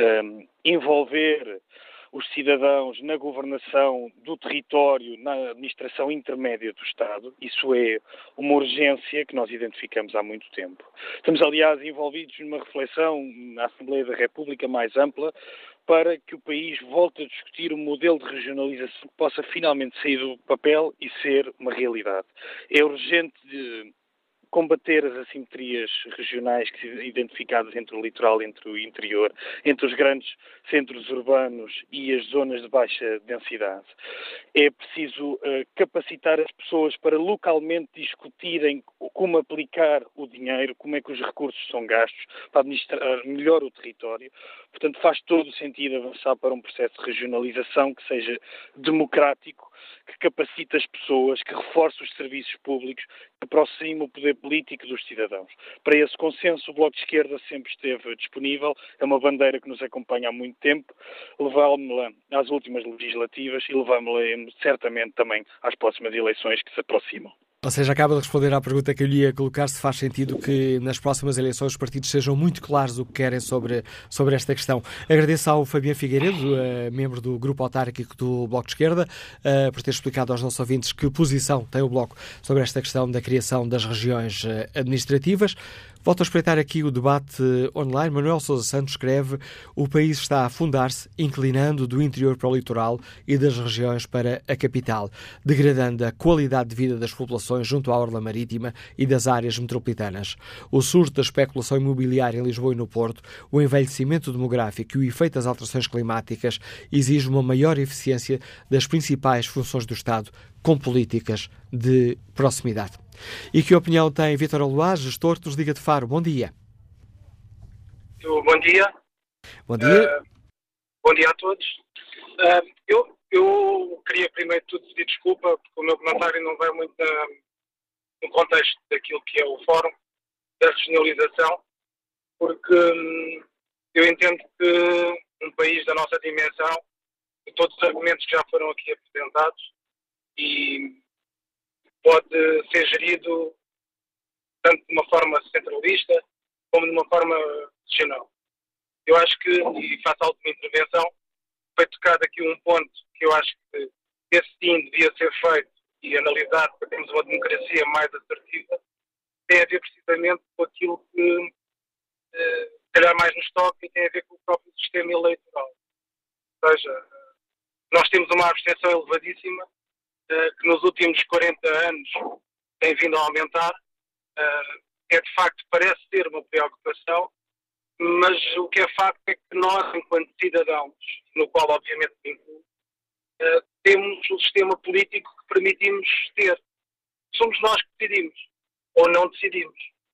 envolver os cidadãos na governação do território, na administração intermédia do Estado. Isso é uma urgência que nós identificamos há muito tempo. Estamos, aliás, envolvidos numa reflexão na Assembleia da República mais ampla para que o país volte a discutir um modelo de regionalização que possa finalmente sair do papel e ser uma realidade. É urgente combater as assimetrias regionais identificadas entre o litoral e entre o interior, entre os grandes centros urbanos e as zonas de baixa densidade. É preciso capacitar as pessoas para localmente discutirem como aplicar o dinheiro, como é que os recursos são gastos, para administrar melhor o território. Portanto, faz todo o sentido avançar para um processo de regionalização que seja democrático, que capacite as pessoas, que reforce os serviços públicos, que aproxime o poder político dos cidadãos. Para esse consenso, o Bloco de Esquerda sempre esteve disponível, é uma bandeira que nos acompanha há muito tempo, levámos-la às últimas legislativas e levámos-la certamente também às próximas eleições que se aproximam. Ou seja, acaba de responder à pergunta que eu lhe ia colocar, se faz sentido que nas próximas eleições os partidos sejam muito claros o que querem sobre esta questão. Agradeço ao Fabiano Figueiredo, membro do Grupo Autárquico do Bloco de Esquerda, por ter explicado aos nossos ouvintes que posição tem o Bloco sobre esta questão da criação das regiões administrativas. Volto a espreitar aqui o debate online. Manuel Sousa Santos escreve: o país está a afundar-se, inclinando do interior para o litoral e das regiões para a capital, degradando a qualidade de vida das populações junto à orla marítima e das áreas metropolitanas. O surto da especulação imobiliária em Lisboa e no Porto, o envelhecimento demográfico e o efeito das alterações climáticas exige uma maior eficiência das principais funções do Estado, com políticas de proximidade. E que opinião tem Vítor Aloá, gestor dos Liga de Faro? Bom dia. Bom dia. Bom dia. Bom dia a todos. Eu queria primeiro de tudo pedir desculpa, porque o meu comentário não vai muito no contexto daquilo que é o fórum da regionalização, porque eu entendo que um país da nossa dimensão, de todos os argumentos que já foram aqui apresentados, e pode ser gerido tanto de uma forma centralista como de uma forma regional. Eu acho que, e faço a última intervenção, foi tocado aqui um ponto que eu acho que esse sim devia ser feito e analisado para termos uma democracia mais assertiva, tem a ver precisamente com aquilo que se calhar mais nos toca e tem a ver com o próprio sistema eleitoral. Ou seja, nós temos uma abstenção elevadíssima que nos últimos 40 anos tem vindo a aumentar. De facto, parece ter uma preocupação, mas o que é facto é que nós, enquanto cidadãos, no qual obviamente me incluo, temos um sistema político que permitimos ter. Somos nós que decidimos, ou não decidimos.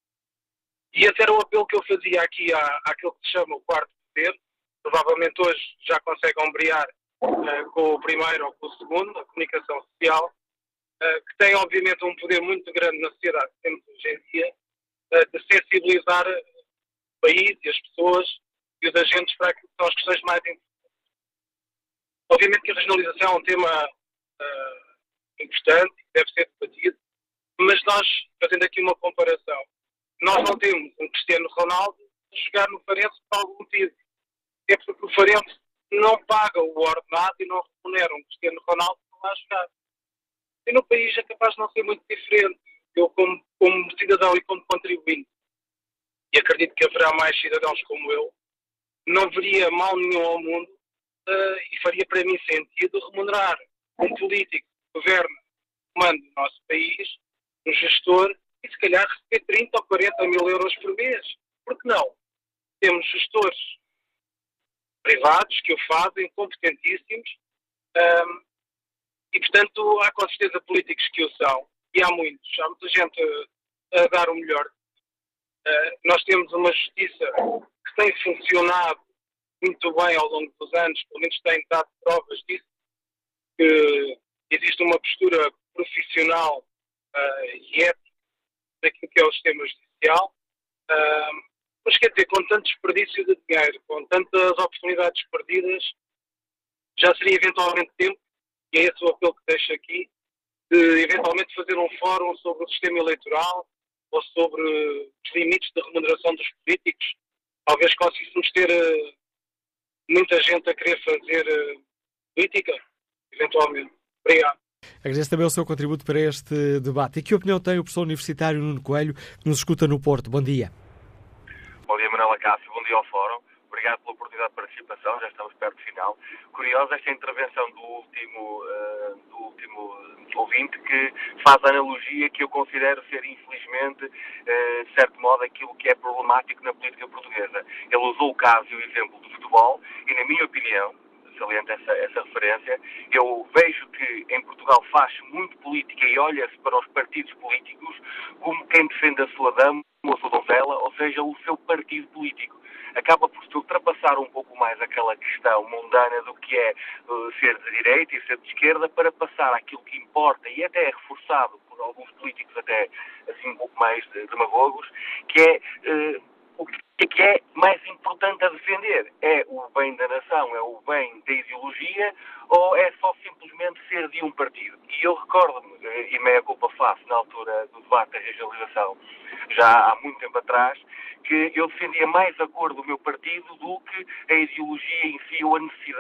E esse era o apelo que eu fazia aqui àquilo que se chama o quarto poder. Provavelmente hoje já consegue ombrear com o primeiro ou com o segundo, a comunicação social, que tem obviamente um poder muito grande na sociedade que temos hoje em dia, de sensibilizar o país e as pessoas e os agentes para aquilo que são as questões mais importantes. Obviamente que a regionalização é um tema importante, deve ser debatido, mas nós, fazendo aqui uma comparação, nós não temos um Cristiano Ronaldo a jogar no Farense por algum motivo. É porque o Farense não paga o ordenado e não remunera um Cristiano Ronaldo para lá jogar. E no país é capaz de não ser muito diferente. Eu, como cidadão e como contribuinte, e acredito que haverá mais cidadãos como eu, não veria mal nenhum ao mundo e faria para mim sentido remunerar um político que governa, comanda o nosso país, um gestor, e se calhar receber 30 ou 40 mil euros por mês. Por que não? Temos gestores privados que o fazem, competentíssimos, e portanto há com certeza políticos que o são, e há muita gente a dar o melhor. Nós temos uma justiça que tem funcionado muito bem ao longo dos anos, pelo menos tem dado provas disso, que existe uma postura profissional e ética daquilo que é o sistema judicial, mas quer dizer, com tanto desperdício de dinheiro, com tantas oportunidades perdidas, já seria eventualmente tempo, e é esse o apelo que deixo aqui, de eventualmente fazer um fórum sobre o sistema eleitoral ou sobre os limites de remuneração dos políticos. Talvez conseguíssemos ter muita gente a querer fazer política, eventualmente. Obrigado. Agradeço também o seu contributo para este debate. E que opinião tem o professor universitário Nuno Coelho, que nos escuta no Porto? Bom dia. Bom dia, Manuel Acácio. Bom dia ao Fórum. Obrigado pela oportunidade de participação. Já estamos perto do final. Curiosa esta intervenção do último ouvinte, que faz a analogia que eu considero ser, infelizmente, de certo modo, aquilo que é problemático na política portuguesa. Ele usou o caso e o exemplo do futebol e, na minha opinião, saliente essa referência, eu vejo que em Portugal faz muito política e olha-se para os partidos políticos como quem defende a sua dama ou a sua donzela, ou seja, o seu partido político. Acaba por se ultrapassar um pouco mais aquela questão mundana do que é ser de direita e ser de esquerda, para passar àquilo que importa, e até é reforçado por alguns políticos até assim um pouco mais demagogos, que é o que é mais importante a defender. É o bem da nação, é o bem da ideologia, ou é só simplesmente ser de um partido? E eu recordo-me, e meia culpa faço na altura do debate da regionalização, já há muito tempo atrás, que eu defendia mais a cor do meu partido do que a ideologia em si ou a necessidade de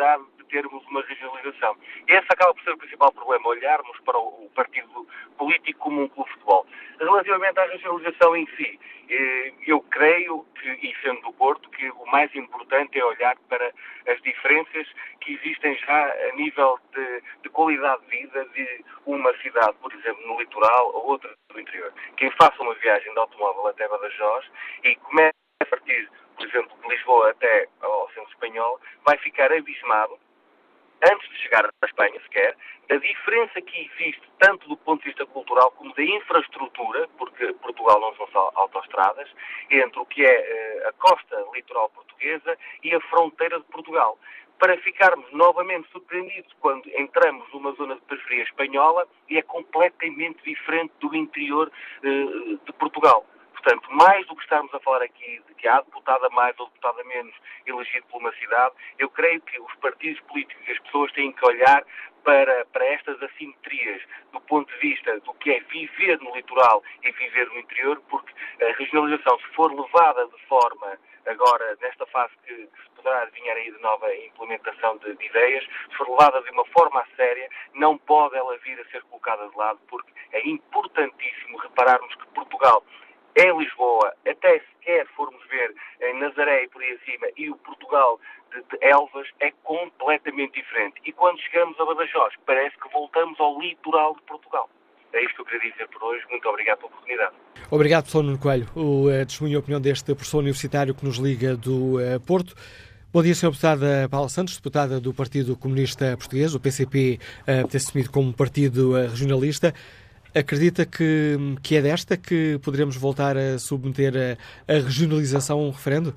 termos uma regionalização. Esse acaba por ser o principal problema, olharmos para o partido político como um clube de futebol. Relativamente à regionalização em si, eu creio que, e sendo do Porto, que o mais importante é olhar para as diferenças que existem já a nível de qualidade de vida de uma cidade, por exemplo, no litoral ou outra do interior. Quem faça uma viagem de automóvel até Badajoz e comece a partir, por exemplo, de Lisboa até ao centro espanhol, vai ficar abismado, antes de chegar à Espanha sequer, da diferença que existe tanto do ponto de vista cultural como da infraestrutura, porque Portugal não são só autoestradas, entre o que é a costa litoral portuguesa e a fronteira de Portugal. Para ficarmos novamente surpreendidos quando entramos numa zona de periferia espanhola e é completamente diferente do interior de Portugal. Portanto, mais do que estarmos a falar aqui de que há deputado a mais ou deputado a menos elegido por uma cidade, eu creio que os partidos políticos e as pessoas têm que olhar para estas assimetrias do ponto de vista do que é viver no litoral e viver no interior, porque a regionalização, se for levada de forma, agora nesta fase que se poderá adivinhar aí de nova implementação de ideias, se for levada de uma forma a séria, não pode ela vir a ser colocada de lado, porque é importantíssimo repararmos que Portugal, em Lisboa, até sequer formos ver em Nazaré e por aí acima, e o Portugal de Elvas é completamente diferente. E quando chegamos a Badajoz, parece que voltamos ao litoral de Portugal. É isto que eu queria dizer por hoje. Muito obrigado pela oportunidade. Obrigado, professor Nuno Coelho. O testemunho e a opinião deste professor universitário que nos liga do Porto. Bom dia, Sra. Deputada Paula Santos, deputada do Partido Comunista Português. O PCP tem-se assumido como partido regionalista. Acredita que é desta que poderemos voltar a submeter a regionalização a um referendo?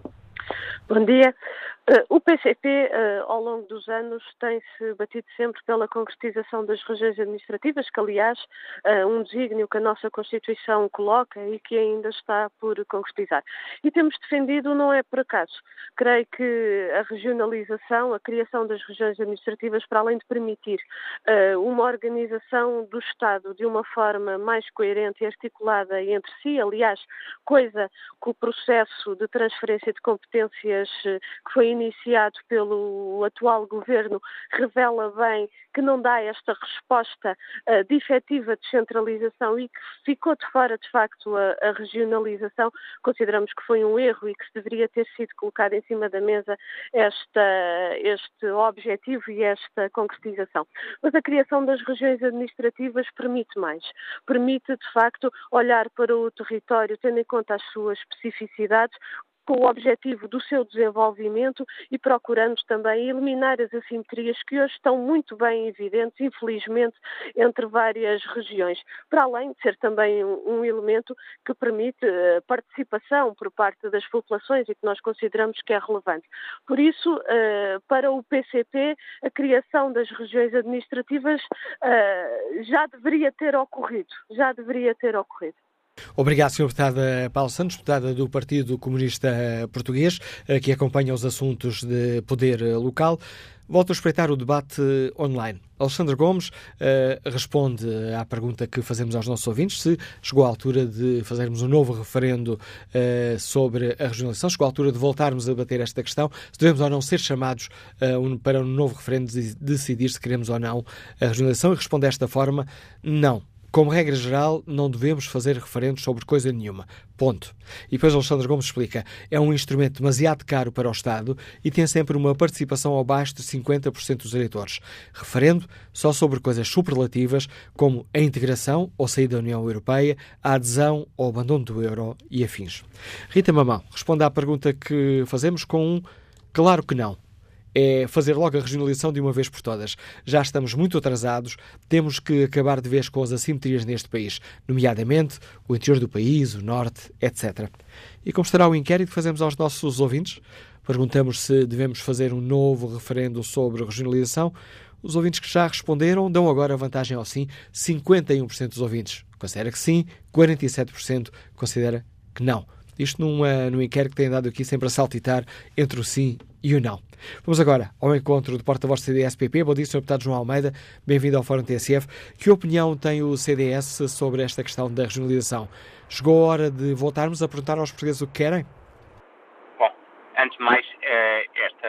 Bom dia. O PCP, ao longo dos anos, tem-se batido sempre pela concretização das regiões administrativas, que, aliás, um desígnio que a nossa Constituição coloca e que ainda está por concretizar. E temos defendido, não é por acaso. Creio que a regionalização, a criação das regiões administrativas, para além de permitir uma organização do Estado de uma forma mais coerente e articulada entre si, aliás, coisa que o processo de transferência de competências que foi iniciado pelo atual governo revela bem que não dá esta resposta de efetiva descentralização e que ficou de fora, de facto, a regionalização. Consideramos que foi um erro e que se deveria ter sido colocado em cima da mesa este objetivo e esta concretização. Mas a criação das regiões administrativas permite mais. Permite, de facto, olhar para o território, tendo em conta as suas especificidades, com o objetivo do seu desenvolvimento e procurando também eliminar as assimetrias que hoje estão muito bem evidentes, infelizmente, entre várias regiões, para além de ser também um elemento que permite participação por parte das populações e que nós consideramos que é relevante. Por isso, para o PCP, a criação das regiões administrativas já deveria ter ocorrido. Obrigado, Sra. Deputada Paula Santos, deputada do Partido Comunista Português, que acompanha os assuntos de poder local. Volto a espreitar o debate online. Alexandre Gomes responde à pergunta que fazemos aos nossos ouvintes, se chegou a altura de fazermos um novo referendo sobre a regionalização, chegou a altura de voltarmos a debater esta questão, se devemos ou não ser chamados para um novo referendo de decidir se queremos ou não a regionalização, e responde desta forma: não. Como regra geral, não devemos fazer referendos sobre coisa nenhuma. Ponto. E depois Alexandre Gomes explica: é um instrumento demasiado caro para o Estado e tem sempre uma participação abaixo de 50% dos eleitores. Referendo só sobre coisas superlativas como a integração ou saída da União Europeia, a adesão ou abandono do euro e afins. Rita Mamão responde à pergunta que fazemos com um claro que não. É fazer logo a regionalização de uma vez por todas. Já estamos muito atrasados, temos que acabar de vez com as assimetrias neste país, nomeadamente o interior do país, o norte, etc. E como estará o inquérito que fazemos aos nossos ouvintes? Perguntamos se devemos fazer um novo referendo sobre a regionalização. Os ouvintes que já responderam dão agora vantagem ao sim. 51% dos ouvintes considera que sim, 47% considera que não. Isto num inquérito que tem andado aqui sempre a saltitar entre o sim e o não. Vamos agora ao encontro do porta-voz do CDS-PP. Bom dia, Sr. Deputado João Almeida. Bem-vindo ao Fórum TSF. Que opinião tem o CDS sobre esta questão da regionalização? Chegou a hora de voltarmos a perguntar aos portugueses o que querem? Bom, antes de mais, esta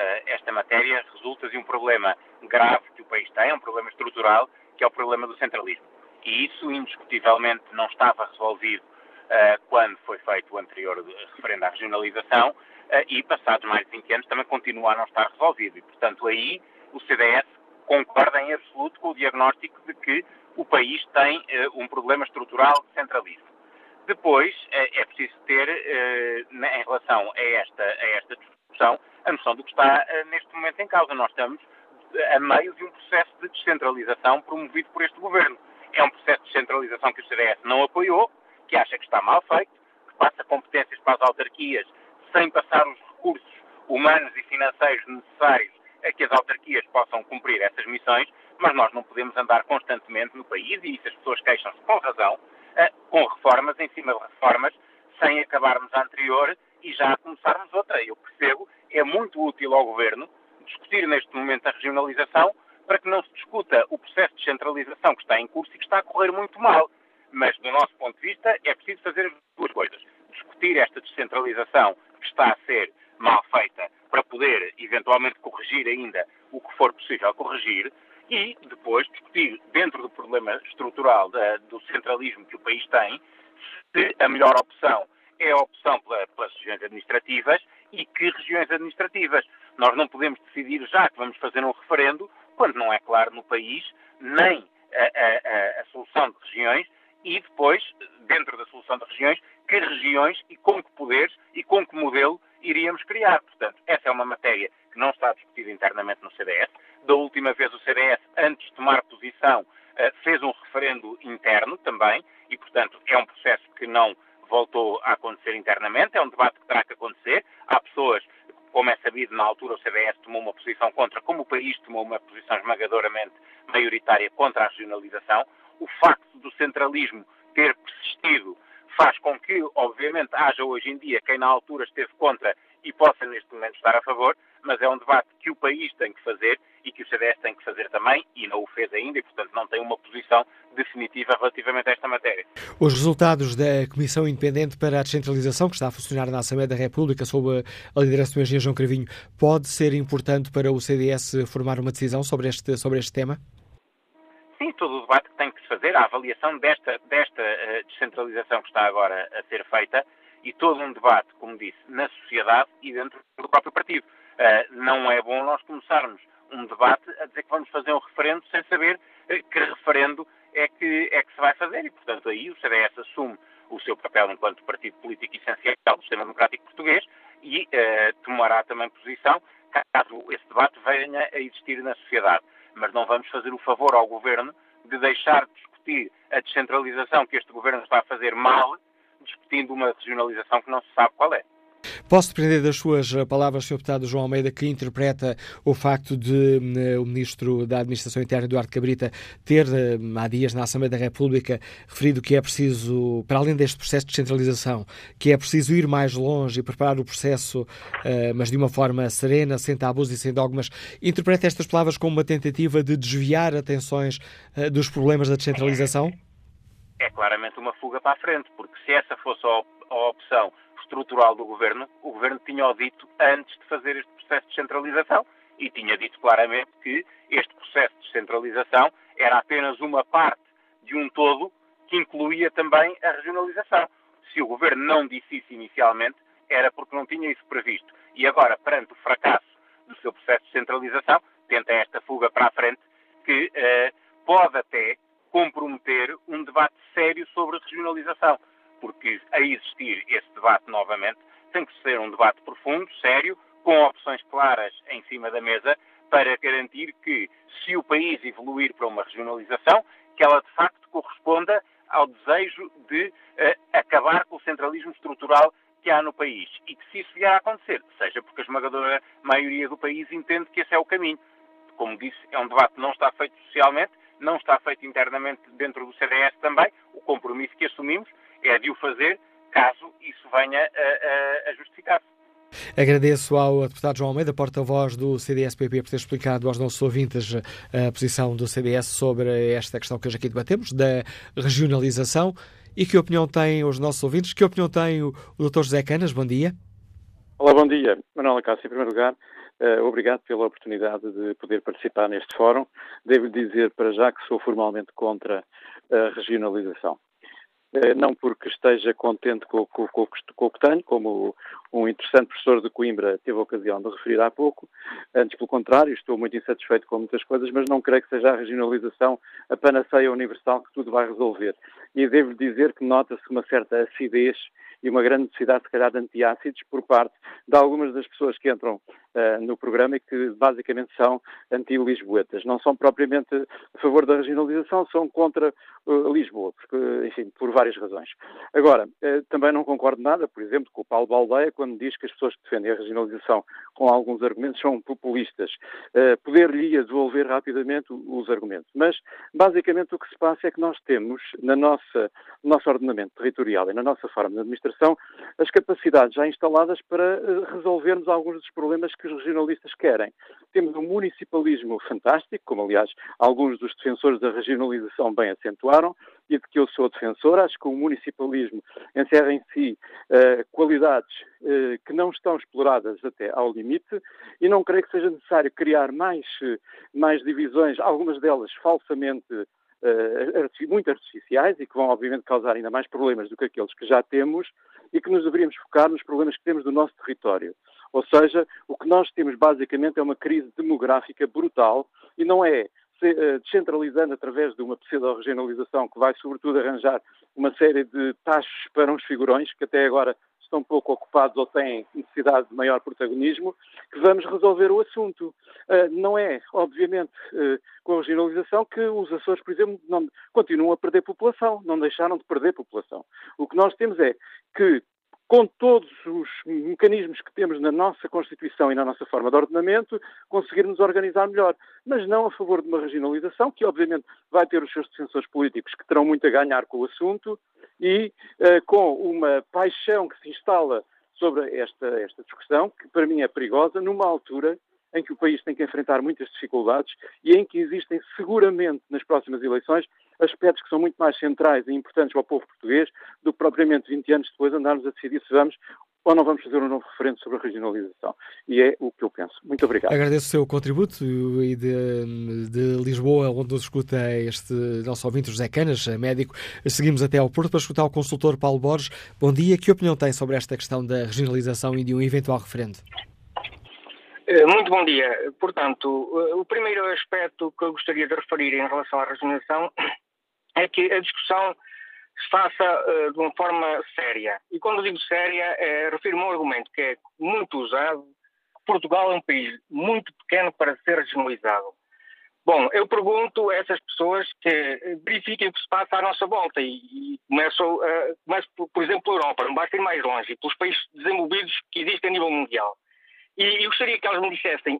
nesta matéria resulta de um problema grave que o país tem, um problema estrutural, que é o problema do centralismo. E isso, indiscutivelmente, não estava resolvido quando foi feito o anterior referendo à regionalização e, passados mais de 20 anos, também continua a não estar resolvido. E, portanto, aí o CDS concorda em absoluto com o diagnóstico de que o país tem um problema estrutural de centralismo. Depois, é preciso ter, em relação a esta discussão, a noção do que está neste momento em causa. Nós estamos a meio de um processo de descentralização promovido por este governo. É um processo de descentralização que o CDS não apoiou, que acha que está mal feito, que passa competências para as autarquias sem passar os recursos humanos e financeiros necessários a que as autarquias possam cumprir essas missões, mas nós não podemos andar constantemente no país, e isso as pessoas queixam-se com razão, com reformas em cima de reformas, sem acabarmos a anterior e já começarmos outra. Eu percebo, é muito útil ao Governo discutir neste momento a regionalização para que não se discuta o processo de descentralização que está em curso e que está a correr muito mal. Mas, do nosso ponto de vista, é preciso fazer as duas coisas. Discutir esta descentralização que está a ser mal feita para poder, eventualmente, corrigir ainda o que for possível corrigir e, depois, discutir, dentro do problema estrutural do centralismo que o país tem, se a melhor opção é a opção pelas regiões administrativas e que regiões administrativas. Nós não podemos decidir já que vamos fazer um referendo quando não é claro no país nem a solução de regiões e depois, dentro da solução de regiões, que regiões e com que poderes e com que modelo iríamos criar. Portanto, essa é uma matéria que não está discutida internamente no CDS. Da última vez o CDS, antes de tomar posição, fez um referendo interno também e, portanto, é um processo que não voltou a acontecer internamente, é um debate que terá que acontecer. Há pessoas, como é sabido, na altura o CDS tomou uma posição contra, como o país tomou uma posição esmagadoramente maioritária contra a regionalização. O facto do centralismo ter persistido faz com que, obviamente, haja hoje em dia quem na altura esteve contra e possa neste momento estar a favor, mas é um debate que o país tem que fazer e que o CDS tem que fazer também e não o fez ainda e, portanto, não tem uma posição definitiva relativamente a esta matéria. Os resultados da Comissão Independente para a Descentralização, que está a funcionar na Assembleia da República sob a liderança do engenheiro João Cravinho, pode ser importante para o CDS formar uma decisão sobre este tema? Sim, todo o debate que tem que se fazer, a avaliação desta descentralização que está agora a ser feita e todo um debate, como disse, na sociedade e dentro do próprio partido. Não é bom nós começarmos um debate a dizer que vamos fazer um referendo sem saber que referendo é que se vai fazer e, portanto, aí o CDS assume o seu papel enquanto partido político essencial do sistema democrático português e tomará também posição caso esse debate venha a existir na sociedade. Mas não vamos fazer o favor ao Governo de deixar de discutir a descentralização que este Governo está a fazer mal, discutindo uma regionalização que não se sabe qual é. Posso depender das suas palavras, Sr. Deputado João Almeida, que interpreta o facto de o Ministro da Administração Interna, Eduardo Cabrita, ter há dias na Assembleia da República referido que é preciso, para além deste processo de descentralização, que é preciso ir mais longe e preparar o processo, mas de uma forma serena, sem tabus e sem dogmas. Interpreta estas palavras como uma tentativa de desviar atenções dos problemas da descentralização? É claramente uma fuga para a frente, porque se essa fosse a opção estrutural do Governo, o Governo tinha-o dito antes de fazer este processo de descentralização e tinha dito claramente que este processo de descentralização era apenas uma parte de um todo que incluía também a regionalização. Se o Governo não disse isso inicialmente, era porque não tinha isso previsto. E agora, perante o fracasso do seu processo de descentralização, tenta esta fuga para a frente que pode até comprometer um debate sério sobre regionalização. Porque, a existir esse debate novamente, tem que ser um debate profundo, sério, com opções claras em cima da mesa, para garantir que, se o país evoluir para uma regionalização, que ela de facto corresponda ao desejo de acabar com o centralismo estrutural que há no país. E que, se isso vier a acontecer, seja porque a esmagadora maioria do país entende que esse é o caminho. Como disse, é um debate que não está feito socialmente, não está feito internamente dentro do CDS também. O compromisso que assumimos é de o fazer caso isso venha a justificar-se. Agradeço ao deputado João Almeida, porta-voz do CDS-PP, por ter explicado aos nossos ouvintes a posição do CDS sobre esta questão que hoje aqui debatemos, da regionalização. E que opinião têm os nossos ouvintes? Que opinião tem o Dr. José Canas? Bom dia. Olá, bom dia. Manuela Cássio, em primeiro lugar. Obrigado pela oportunidade de poder participar neste fórum. Devo dizer para já que sou formalmente contra a regionalização. Não porque esteja contente com o que tenho, como um interessante professor de Coimbra teve a ocasião de referir há pouco. Antes, pelo contrário, estou muito insatisfeito com muitas coisas, mas não creio que seja a regionalização a panaceia universal que tudo vai resolver. E devo dizer que nota-se uma certa acidez e uma grande necessidade, se calhar, de antiácidos por parte de algumas das pessoas que entram no programa e que basicamente são anti-lisboetas. Não são propriamente a favor da regionalização, são contra Lisboa, porque, enfim, por várias razões. Agora, também não concordo nada, por exemplo, com o Paulo Baldeia, quando diz que as pessoas que defendem a regionalização com alguns argumentos são populistas. Poder-lhe devolver rapidamente os argumentos. Mas, basicamente, o que se passa é que nós temos, no nosso ordenamento territorial e na nossa forma de administração, as capacidades já instaladas para resolvermos alguns dos problemas que os regionalistas querem. Temos um municipalismo fantástico, como, aliás, alguns dos defensores da regionalização bem acentuaram, e de que eu sou defensor. Acho que o municipalismo encerra em si qualidades que não estão exploradas até ao limite, e não creio que seja necessário criar mais divisões, algumas delas falsamente muito artificiais e que vão, obviamente, causar ainda mais problemas do que aqueles que já temos, e que nos deveríamos focar nos problemas que temos do nosso território. Ou seja, o que nós temos basicamente é uma crise demográfica brutal, e não é descentralizando através de uma pseudo-regionalização que vai, sobretudo, arranjar uma série de tachos para uns figurões que até agora estão pouco ocupados ou têm necessidade de maior protagonismo, que vamos resolver o assunto. Não é, obviamente, com a regionalização que os Açores, por exemplo, continuam a perder população, não deixaram de perder população. O que nós temos é que, com todos os mecanismos que temos na nossa Constituição e na nossa forma de ordenamento, conseguirmos organizar melhor. Mas não a favor de uma regionalização, que obviamente vai ter os seus defensores políticos que terão muito a ganhar com o assunto, e com uma paixão que se instala sobre esta discussão, que para mim é perigosa, numa altura em que o país tem que enfrentar muitas dificuldades e em que existem seguramente nas próximas eleições aspectos que são muito mais centrais e importantes para o povo português do que propriamente 20 anos depois andarmos a decidir se vamos ou não vamos fazer um novo referendo sobre a regionalização. E é o que eu penso. Muito obrigado. Agradeço o seu contributo e de Lisboa, onde nos escuta este nosso ouvinte José Canas, médico. Seguimos até ao Porto para escutar o consultor Paulo Borges. Bom dia. Que opinião tem sobre esta questão da regionalização e de um eventual referendo? Muito bom dia. Portanto, o primeiro aspecto que eu gostaria de referir em relação à regionalização é que a discussão se faça de uma forma séria. E quando digo séria, refiro-me a um argumento que é muito usado. Portugal é um país muito pequeno para ser regionalizado. Bom, eu pergunto a essas pessoas que verifiquem o que se passa à nossa volta e começo, por exemplo, pela Europa, não basta ir mais longe, pelos países desenvolvidos que existem a nível mundial. E eu gostaria que eles me dissessem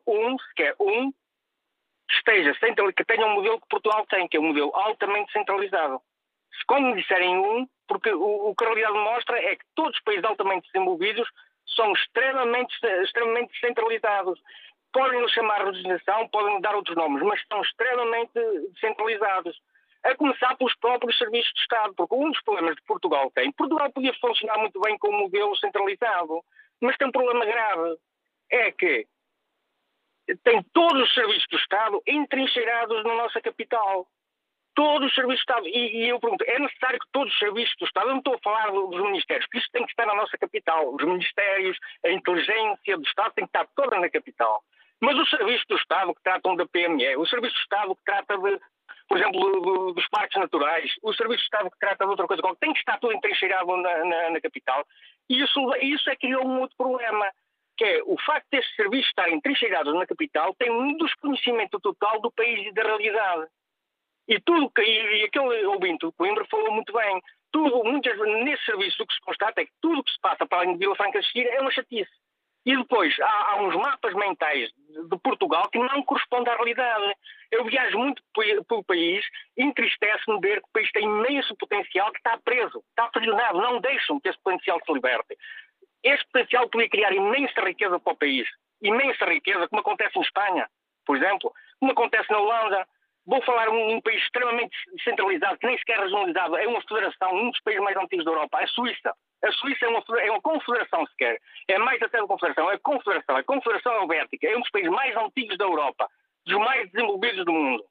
que tenha um modelo que Portugal tem, que é um modelo altamente centralizado. Se quando me disserem porque o que a realidade mostra é que todos os países altamente desenvolvidos são extremamente centralizados. Podem-nos chamar de regionalização, podem dar outros nomes, mas estão extremamente descentralizados. A começar pelos próprios serviços de Estado, porque um dos problemas que Portugal podia funcionar muito bem com um modelo centralizado, mas tem um problema grave. É que tem todos os serviços do Estado entrincheirados na nossa capital. Todos os serviços do Estado. E eu pergunto, é necessário que todos os serviços do Estado, eu não estou a falar dos ministérios, porque isso tem que estar na nossa capital. Os ministérios, a inteligência do Estado tem que estar toda na capital. Mas os serviços do Estado que tratam da PME, o serviço do Estado que trata por exemplo, dos parques naturais, o serviço do Estado que trata de outra coisa, tem que estar tudo entrincheirado na capital. E isso é que criou um outro problema, que é o facto destes serviços estarem trincheirados na capital tem um desconhecimento total do país e da realidade. E aquele ouvinte do Coimbra falou muito bem. Muitas vezes, nesse serviço, o que se constata é que tudo o que se passa para além de Vila Franca de Xira é uma chatice. E depois, há uns mapas mentais de Portugal que não correspondem à realidade. Eu viajo muito pelo país e entristece-me ver que o país tem imenso potencial que está preso, está aprisionado, não deixam que esse potencial se liberte. Este potencial podia criar imensa riqueza para o país. Imensa riqueza, como acontece em Espanha, por exemplo, como acontece na Holanda. Vou falar um país extremamente descentralizado, que nem sequer é regionalizado, é uma federação, um dos países mais antigos da Europa, a Suíça. A Suíça é uma confederação sequer. É mais até uma confederação. É confederação. A Confederação Helvética é um dos países mais antigos da Europa, dos mais desenvolvidos do mundo.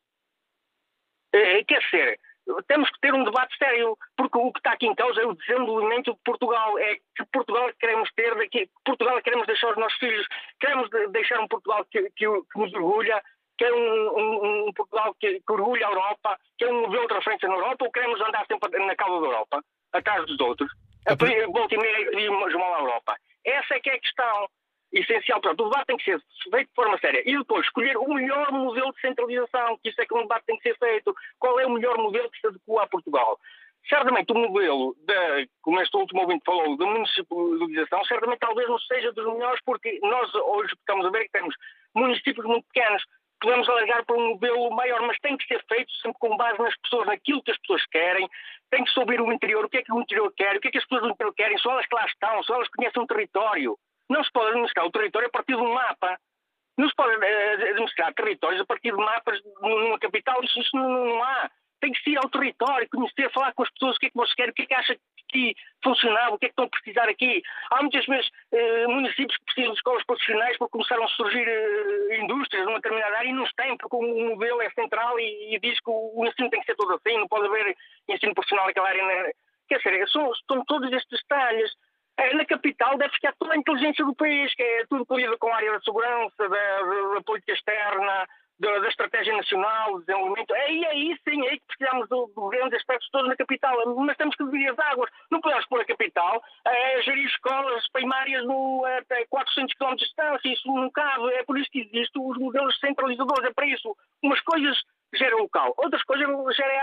Quer dizer, temos que ter um debate sério, porque o que está aqui em causa é o desenvolvimento de Portugal. É que Portugal queremos ter daqui, Portugal queremos deixar aos nossos filhos, queremos deixar um Portugal que nos orgulha, que é um Portugal que orgulha a Europa, que é um modelo de referência na Europa, ou queremos andar sempre na causa da Europa, atrás dos outros, volta e meia e pedimos mal à Europa. Essa é que é a questão essencial. Portanto, o debate tem que ser feito de forma séria. E depois, escolher o melhor modelo de centralização, que isso é que um debate tem que ser feito. Qual é o melhor modelo que se adequa a Portugal? Certamente o modelo, como este último ouvinte falou, da municipalização, certamente talvez não seja dos melhores, porque nós hoje estamos a ver que temos municípios muito pequenos. Podemos alargar para um modelo maior, mas tem que ser feito sempre com base nas pessoas, naquilo que as pessoas querem. Tem que se ouvir o interior, o que é que o interior quer, o que é que as pessoas do interior querem, só elas que lá estão, só elas conhecem o território. Não se pode administrar o território a partir de um mapa. Não se pode administrar territórios a partir de mapas numa capital. Isso não há. Tem que ir ao território, conhecer, falar com as pessoas, o que é que vocês querem, o que é que acham que funcionava, o que é que estão a precisar aqui. Há muitas vezes municípios que precisam de escolas profissionais porque começaram a surgir indústrias numa determinada área e não se tem, porque o modelo é central e diz que o ensino tem que ser todo assim, não pode haver ensino profissional naquela área. Quer dizer, são todos estes detalhes. Na capital deve ficar toda a inteligência do país, que é tudo que lida com a área da segurança, da política externa, da estratégia nacional, do desenvolvimento. É aí sim, é aí que precisamos de grandes aspectos todos na capital. Mas temos que dividir as águas. Não podemos pôr a capital a gerir escolas primárias até 400 km de distância. Isso não cabe. É por isso que existem os modelos centralizadores. É para isso. Umas coisas geram local, outras coisas geram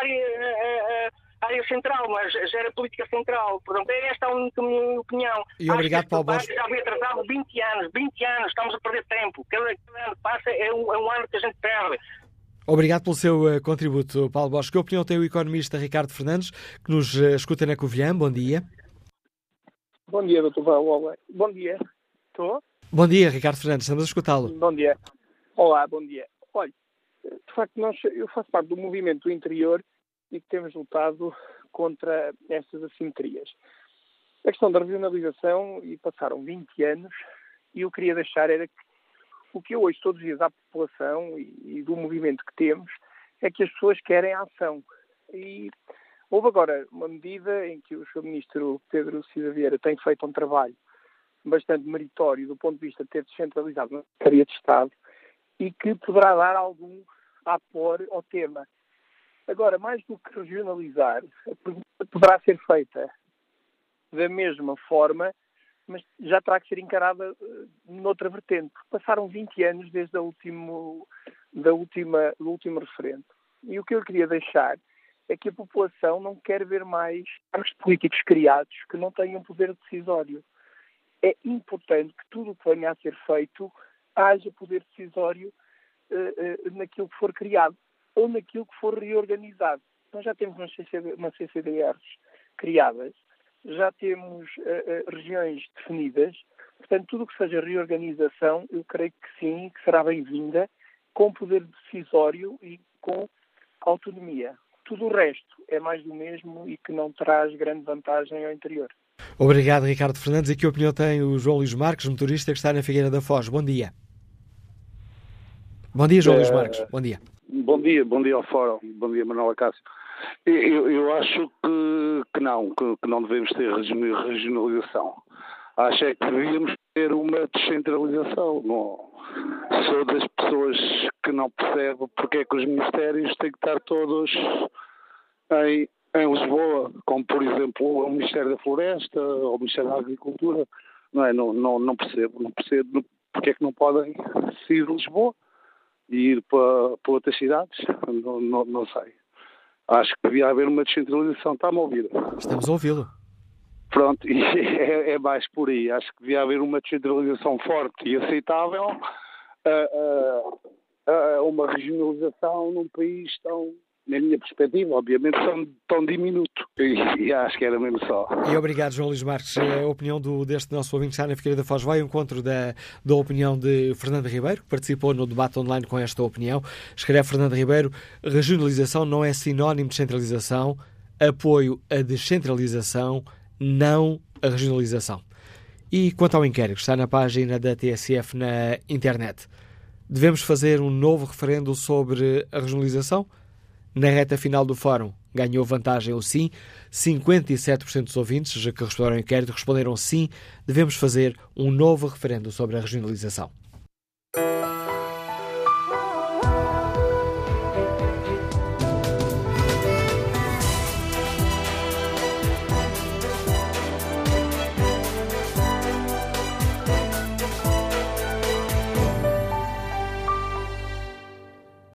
área central, mas gera política central. Portanto, é esta a única minha opinião. E obrigado, Paulo Borges. Já havia atrasado 20 anos, estamos a perder tempo. Cada ano que passa é um ano que a gente perde. Obrigado pelo seu contributo, Paulo Borges. Que opinião tem o economista Ricardo Fernandes, que nos escuta na Covilhã? Bom dia. Bom dia, Dr. Paulo. Bom dia. Estou? Bom dia, Ricardo Fernandes. Estamos a escutá-lo. Bom dia. Olá, bom dia. Olha, de facto, eu faço parte do movimento do interior e que temos lutado contra estas assimetrias. A questão da regionalização, e passaram 20 anos, e eu queria deixar era que o que eu ouço todos os dias à população e do movimento que temos é que as pessoas querem ação. E houve agora uma medida em que o Sr. Ministro Pedro Cisa Vieira tem feito um trabalho bastante meritório do ponto de vista de ter descentralizado na Secretaria de Estado e que poderá dar algum apoio ao tema. Agora, mais do que regionalizar, a pergunta poderá ser feita da mesma forma, mas já terá que ser encarada noutra vertente. Passaram 20 anos desde do último referendo. E o que eu queria deixar é que a população não quer ver mais cargos políticos criados que não tenham poder decisório. É importante que tudo o que venha a ser feito haja poder decisório naquilo que for criado ou naquilo que for reorganizado. Nós já temos umas CCDRs criadas, já temos regiões definidas, portanto, tudo o que seja reorganização, eu creio que sim, que será bem-vinda, com poder decisório e com autonomia. Tudo o resto é mais do mesmo e que não traz grande vantagem ao interior. Obrigado, Ricardo Fernandes. E que opinião tem o João Luís Marques, motorista que está na Figueira da Foz? Bom dia. Bom dia, João Luís Marques. Bom dia. Bom dia ao Fórum. Bom dia, Manuel Acácio. Eu acho que não devemos ter regionalização. Acho é que devíamos ter uma descentralização. Não. Sou das pessoas que não percebo porque é que os ministérios têm que estar todos em Lisboa, como por exemplo o Ministério da Floresta ou o Ministério da Agricultura. Não percebo porque é que não podem sair de Lisboa e ir para outras cidades. Não sei. Acho que devia haver uma descentralização. Está-me a ouvir? Estamos a ouvi-lo. Pronto, e é mais por aí. Acho que devia haver uma descentralização forte e aceitável a uma regionalização num país tão, na minha perspectiva, obviamente, tão diminuto. E acho que era mesmo só. E obrigado, João Luís Marques. A opinião deste nosso ouvinte que está na Figueira da Foz vai ao encontro da opinião de Fernando Ribeiro, que participou no debate online com esta opinião. Escreve Fernando Ribeiro: regionalização não é sinónimo de centralização, apoio à descentralização, não a regionalização. E quanto ao inquérito, está na página da TSF na internet. Devemos fazer um novo referendo sobre a regionalização? Na reta final do fórum, ganhou vantagem o sim. 57% dos ouvintes que responderam ao inquérito responderam sim, devemos fazer um novo referendo sobre a regionalização.